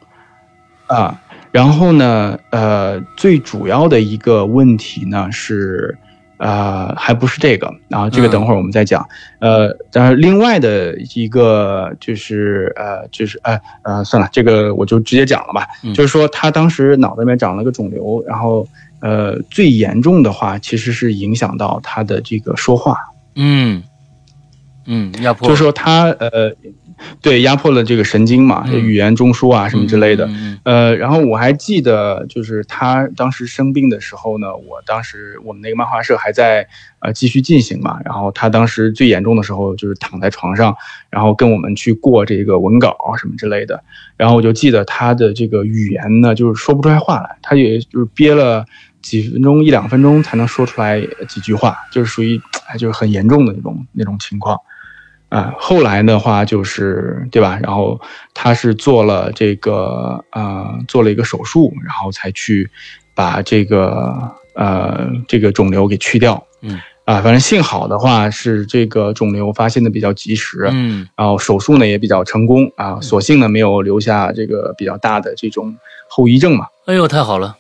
然后呢最主要的一个问题呢是。还不是这个啊，这个等会儿我们再讲。当然，另外的一个就是算了，这个我就直接讲了吧。就是说，他当时脑子里面长了个肿瘤，然后最严重的话，其实是影响到他的这个说话。 压迫。 就是说他对，压迫了这个神经嘛，语言中枢啊什么之类的。然后我还记得，就是他当时生病的时候呢，我们那个漫画社还在继续进行嘛。然后他当时最严重的时候，就是躺在床上，然后跟我们去过这个文稿什么之类的。然后我就记得他的这个语言呢，就是说不出来话来，他也就是憋了几分钟1-2分钟才能说出来几句话，就是属于就是很严重的那种情况。后来的话就是对吧？然后他是做了一个手术，然后才去把这个肿瘤给去掉。反正幸好的话是这个肿瘤发现的比较及时。然后手术呢也比较成功所幸呢没有留下这个比较大的这种后遗症嘛。 哎呦，太好了。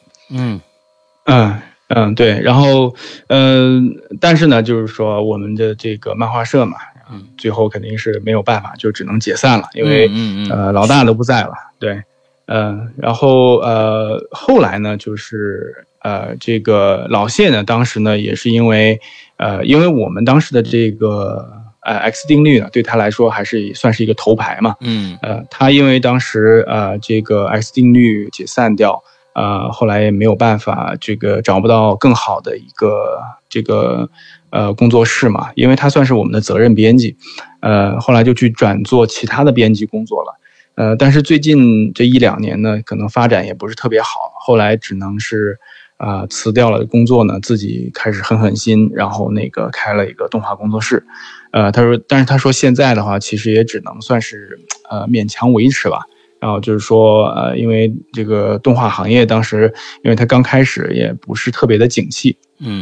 对。然后但是呢，就是说我们的这个漫画社嘛。最后肯定是没有办法，就只能解散了，因为老大都不在了。对。然后后来呢，就是这个老谢呢，当时呢也是因为我们当时的这个X 定律呢，对他来说还是算是一个头牌嘛。他因为当时这个 X 定律解散掉，后来也没有办法，这个找不到更好的一个这个工作室嘛，因为他算是我们的责任编辑，后来就去转做其他的编辑工作了。但是最近这1-2年呢，可能发展也不是特别好，后来只能是辞掉了工作呢，自己开始狠心，然后那个开了一个动画工作室。但是他说现在的话，其实也只能算是勉强维持吧。然后就是说因为这个动画行业当时，因为他刚开始也不是特别的景气。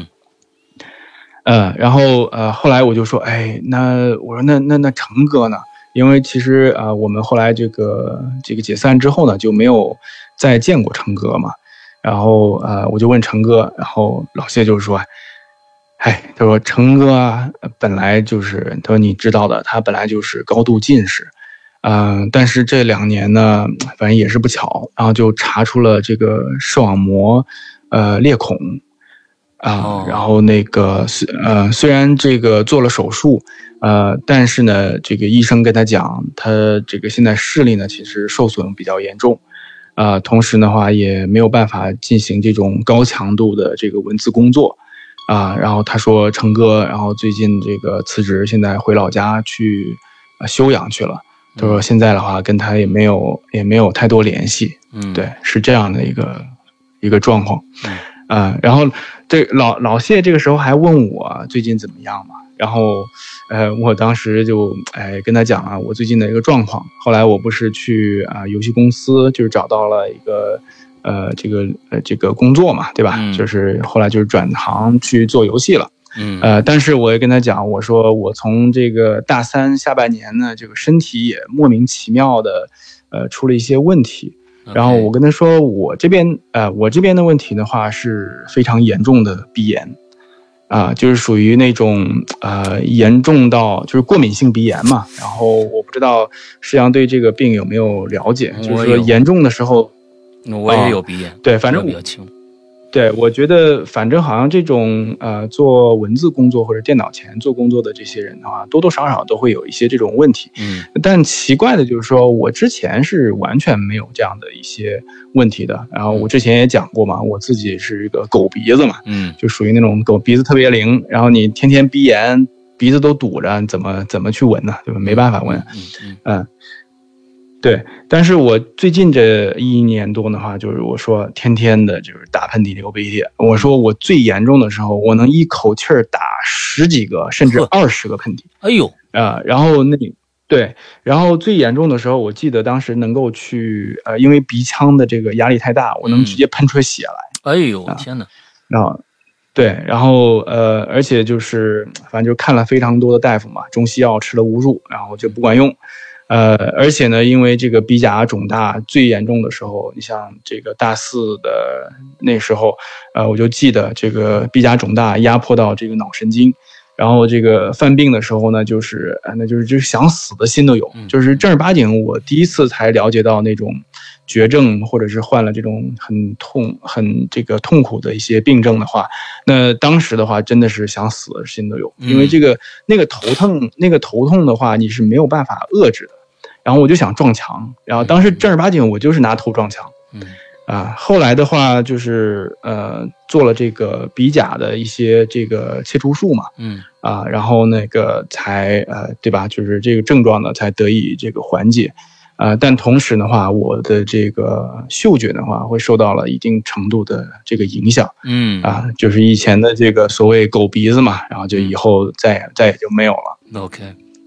然后后来我就说，我说那成哥呢？因为其实我们后来这个解散之后呢，就没有再见过成哥嘛。然后我就问成哥，然后老谢就说，他说成哥本来就是，他说你知道的，他本来就是高度近视，但是这2年呢，反正也是不巧，然后就查出了这个视网膜裂孔。然后那个虽然这个做了手术，但是呢，这个医生跟他讲，他这个现在视力呢其实受损比较严重，同时的话也没有办法进行这种高强度的这个文字工作，然后他说成哥，然后最近这个辞职，现在回老家去休养去了。他说现在的话跟他也没有太多联系。对，是这样的一个状况。然后这老谢这个时候还问我最近怎么样嘛，然后我当时就跟他讲我最近的一个状况。后来我不是去游戏公司就是找到了一个这个工作嘛，对吧？就是后来就是转行去做游戏了。但是我也跟他讲，我说我从这个大3下半年呢，这个身体也莫名其妙的出了一些问题。然后我跟他说，我这边的问题的话是非常严重的鼻炎，就是属于那种严重到就是过敏性鼻炎嘛。然后我不知道石阳对这个病有没有了解，就是说严重的时候， 我也有鼻炎， 对，反正比较轻。 对，我觉得反正好像这种做文字工作或者电脑前做工作的这些人的话，多多少少都会有一些这种问题。但奇怪的就是说，我之前是完全没有这样的一些问题的。然后我之前也讲过嘛，我自己是一个狗鼻子嘛，就属于那种狗鼻子特别灵，然后你天天鼻炎，鼻子都堵着，怎么去闻呢？对吧？没办法闻。对，但是我最近这1年多的话，就是我说天天的就是打喷嚏流鼻涕。我说我最严重的时候，我能一口气儿打10几个甚至20个喷嚏。 哎呦然后对，然后最严重的时候，我记得当时能够去因为鼻腔的这个压力太大，我能直接喷出血来。 哎呦天哪！ 然后对，然后而且就是反正就看了非常多的大夫嘛，中西药吃了无数，然后就不管用。而且呢，因为这个鼻甲肿大最严重的时候，你像这个大4的那时候，我就记得这个鼻甲肿大压迫到这个脑神经，然后这个犯病的时候呢，就是想死的心都有，就是正儿八经我第一次才了解到那种绝症或者是患了这种很这个痛苦的一些病症的话，那当时的话真的是想死的心都有，因为那个头痛的话你是没有办法遏制的。然后我就想撞墙，然后当时正儿八经我就是拿头撞墙。后来的话就是做了这个鼻甲的一些这个切除术嘛。然后那个才对吧，就是这个症状呢才得以这个缓解。但同时的话，我的这个嗅觉的话会受到了一定程度的这个影响。就是以前的这个所谓狗鼻子嘛，然后就以后再也就没有了。 OK。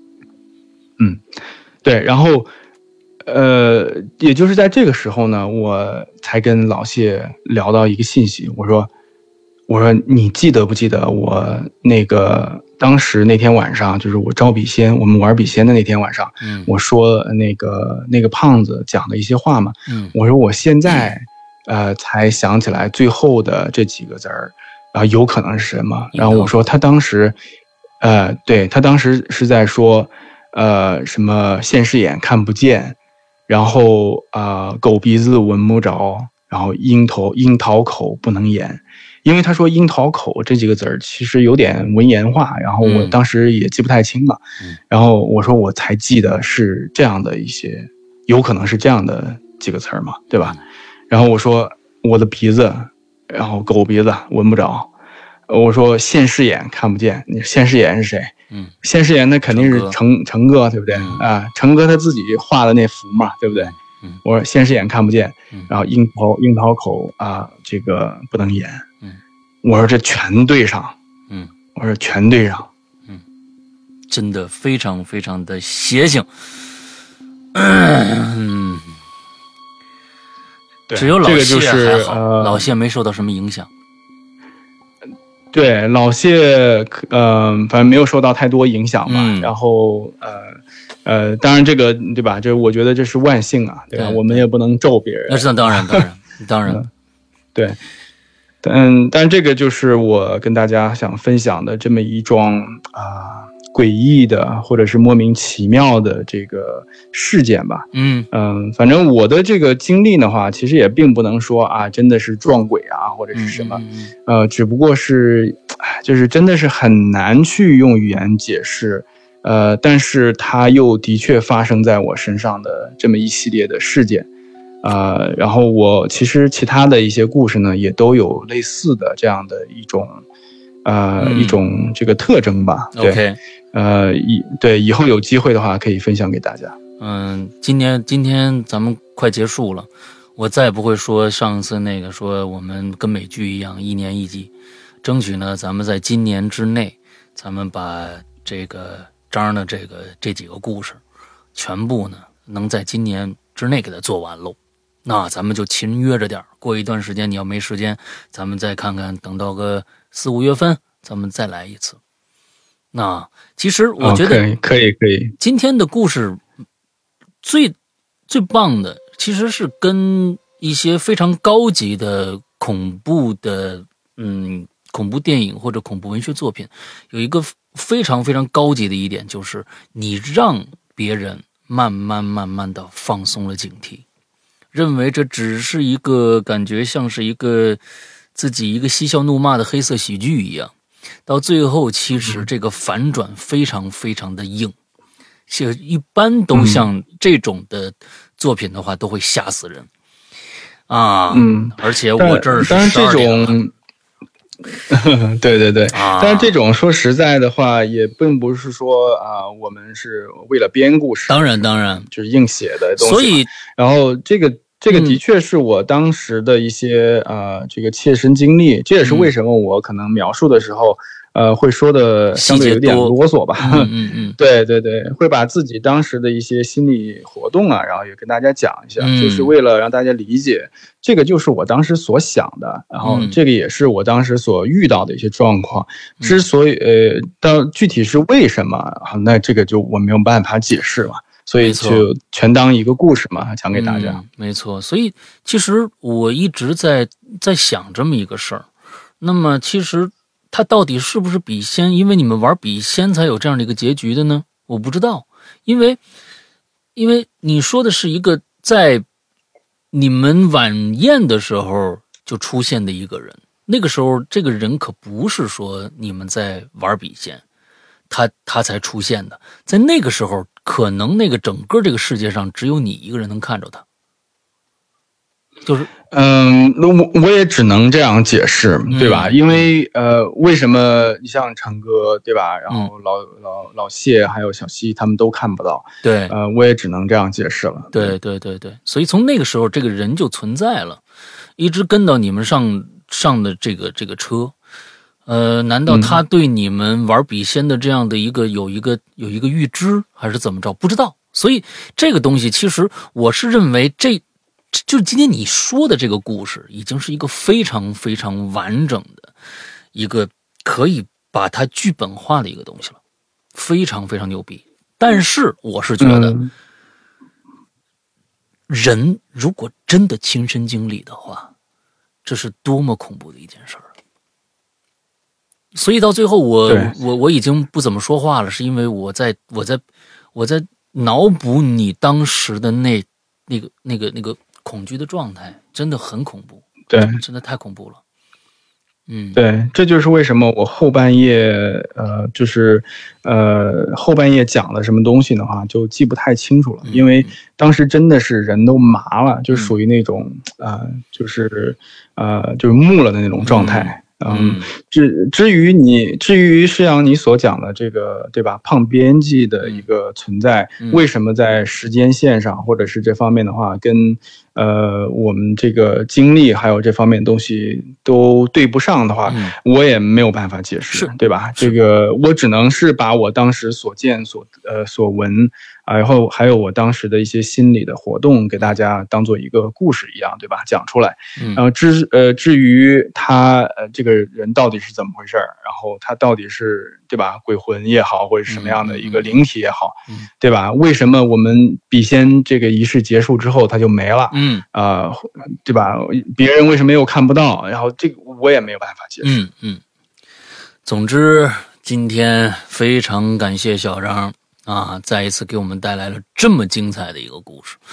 对，然后也就是在这个时候呢，我才跟老谢聊到一个信息，我说你记得不记得我那个当时那天晚上，就是我招笔仙，我们玩笔仙的那天晚上，我说那个胖子讲的一些话嘛，我说我现在才想起来最后的这几个字儿有可能是什么，然后我说他当时对，他当时是在说什么现视眼看不见，然后狗鼻子闻不着，然后樱桃口不能言。因为他说樱桃口这几个字儿其实有点文言话，然后我当时也记不太清了。然后我说我才记得是这样的一些，有可能是这样的几个词儿嘛，对吧？然后我说我的鼻子，然后狗鼻子闻不着。我说现视眼看不见，你现视眼是谁？现视眼那肯定是成哥，对不对？成哥他自己画的那幅嘛，对不对？我说现视眼看不见，然后樱桃口这个不能言。我说这全对上。我说全对上。 真的非常非常的邪性。只有老谢还好，老谢没受到什么影响。 对，老谢反正没有受到太多影响吧。然后当然这个对吧，这我觉得这是万幸啊，对吧？我们也不能咒别人。 那是当然。 对。但这个就是我跟大家想分享的这么一桩诡异的或者是莫名其妙的这个事件吧。反正我的这个经历的话，其实也并不能说真的是撞鬼或者是什么。只不过是就是真的是很难去用语言解释。但是它又的确发生在我身上的这么一系列的事件。然后我其实其他的一些故事呢，也都有类似的这样的一种这个特征吧。 对。 对，以后有机会的话可以分享给大家。 今天咱们快结束了，我再也不会说上次那个说我们跟美剧一样1年1季，争取呢咱们在今年之内，咱们把这个章的这几个故事全部呢能在今年之内给它做完喽。那咱们就勤约着点，过一段时间你要没时间，咱们再看看，等到个4、5月份咱们再来一次。那其实我觉得可以今天的故事最棒的其实是跟一些非常高级的恐怖电影或者恐怖文学作品有一个非常非常高级的一点，就是你让别人慢慢的放松了警惕，认为这只是一个感觉像是一个自己一个嬉笑怒骂的黑色喜剧一样，到最后其实这个反转非常非常的硬，一般都像这种的作品的话都会吓死人啊。而且我这儿是12点了。 对对对，但是这种说实在的话，也并不是说我们是为了编故事， 当然就是硬写的东西。 所以， 然后这个的确是我当时的一些这个切身经历，这也是为什么我可能描述的时候会说的相对有点啰嗦吧。对对对，会把自己当时的一些心理活动然后也跟大家讲一下，就是为了让大家理解，这个就是我当时所想的，然后这个也是我当时所遇到的一些状况。之所以到具体是为什么，那这个就我没有办法解释嘛。所以就全当一个故事嘛，讲给大家。 没错，所以其实我一直在想这么一个事儿。那么其实它到底是不是笔仙？因为你们玩笔仙才有这样的一个结局的呢？我不知道，因为你说的是一个在你们晚宴的时候就出现的一个人，那个时候这个人可不是说你们在玩笔仙，他才出现的，在那个时候。可能那个整个这个世界上只有你一个人能看着他，就是我也只能这样解释，对吧？因为为什么你像成哥，对吧？然后老谢还有小西他们都看不到， 对， 我也只能这样解释了。 对，所以从那个时候这个人就存在了，一直跟到你们上的这个车。难道他对你们玩笔仙的这样的有一个预知，还是怎么着？不知道。所以这个东西其实我是认为就今天你说的这个故事已经是一个非常非常完整的一个可以把它剧本化的一个东西了，非常非常牛逼。但是我是觉得，人如果真的亲身经历的话，这是多么恐怖的一件事儿。所以到最后我已经不怎么说话了，是因为我在脑补你当时的那个恐惧的状态，真的很恐怖， 对， 真的太恐怖了。 对，这就是为什么我后半夜后半夜讲了什么东西的话，就记不太清楚了，因为当时真的是人都麻了，就属于那种就是木了的那种状态。至于施洋你所讲的这个，对吧？胖编辑的一个存在，为什么在时间线上或者是这方面的话，跟我们这个经历还有这方面的东西都对不上的话，我也没有办法解释，对吧？这个我只能是把我当时所见所闻。然后还有我当时的一些心理的活动，给大家当做一个故事一样，对吧？讲出来。然后至于他这个人到底是怎么回事，然后他到底是对吧鬼魂也好，或者什么样的一个灵体也好，对吧？为什么我们笔仙这个仪式结束之后他就没了？对吧？别人为什么又看不到？然后这个我也没有办法解释。 总之今天非常感谢小张。再一次给我们带来了这么精彩的一个故事，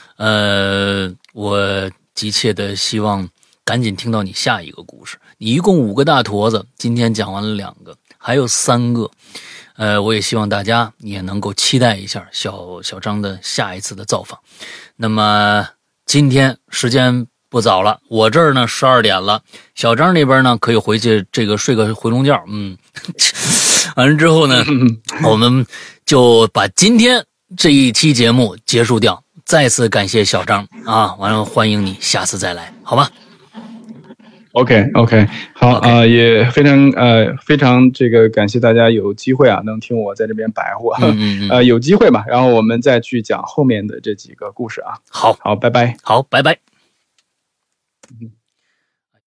我急切的希望赶紧听到你下一个故事。你一共5个大坨子，今天讲完了2个，还有3个，我也希望大家也能够期待一下小张的下一次的造访。那么今天时间不早了，我这儿呢12点了，小张那边呢可以回去这个睡个回笼觉。完了之后呢，我们就把今天这一期节目结束掉。再次感谢小张完了欢迎你下次再来，好吧 ？OK， 好也非常这个感谢大家有机会能听我在这边白话。有机会吧，然后我们再去讲后面的这几个故事。好，拜拜。 好，拜拜。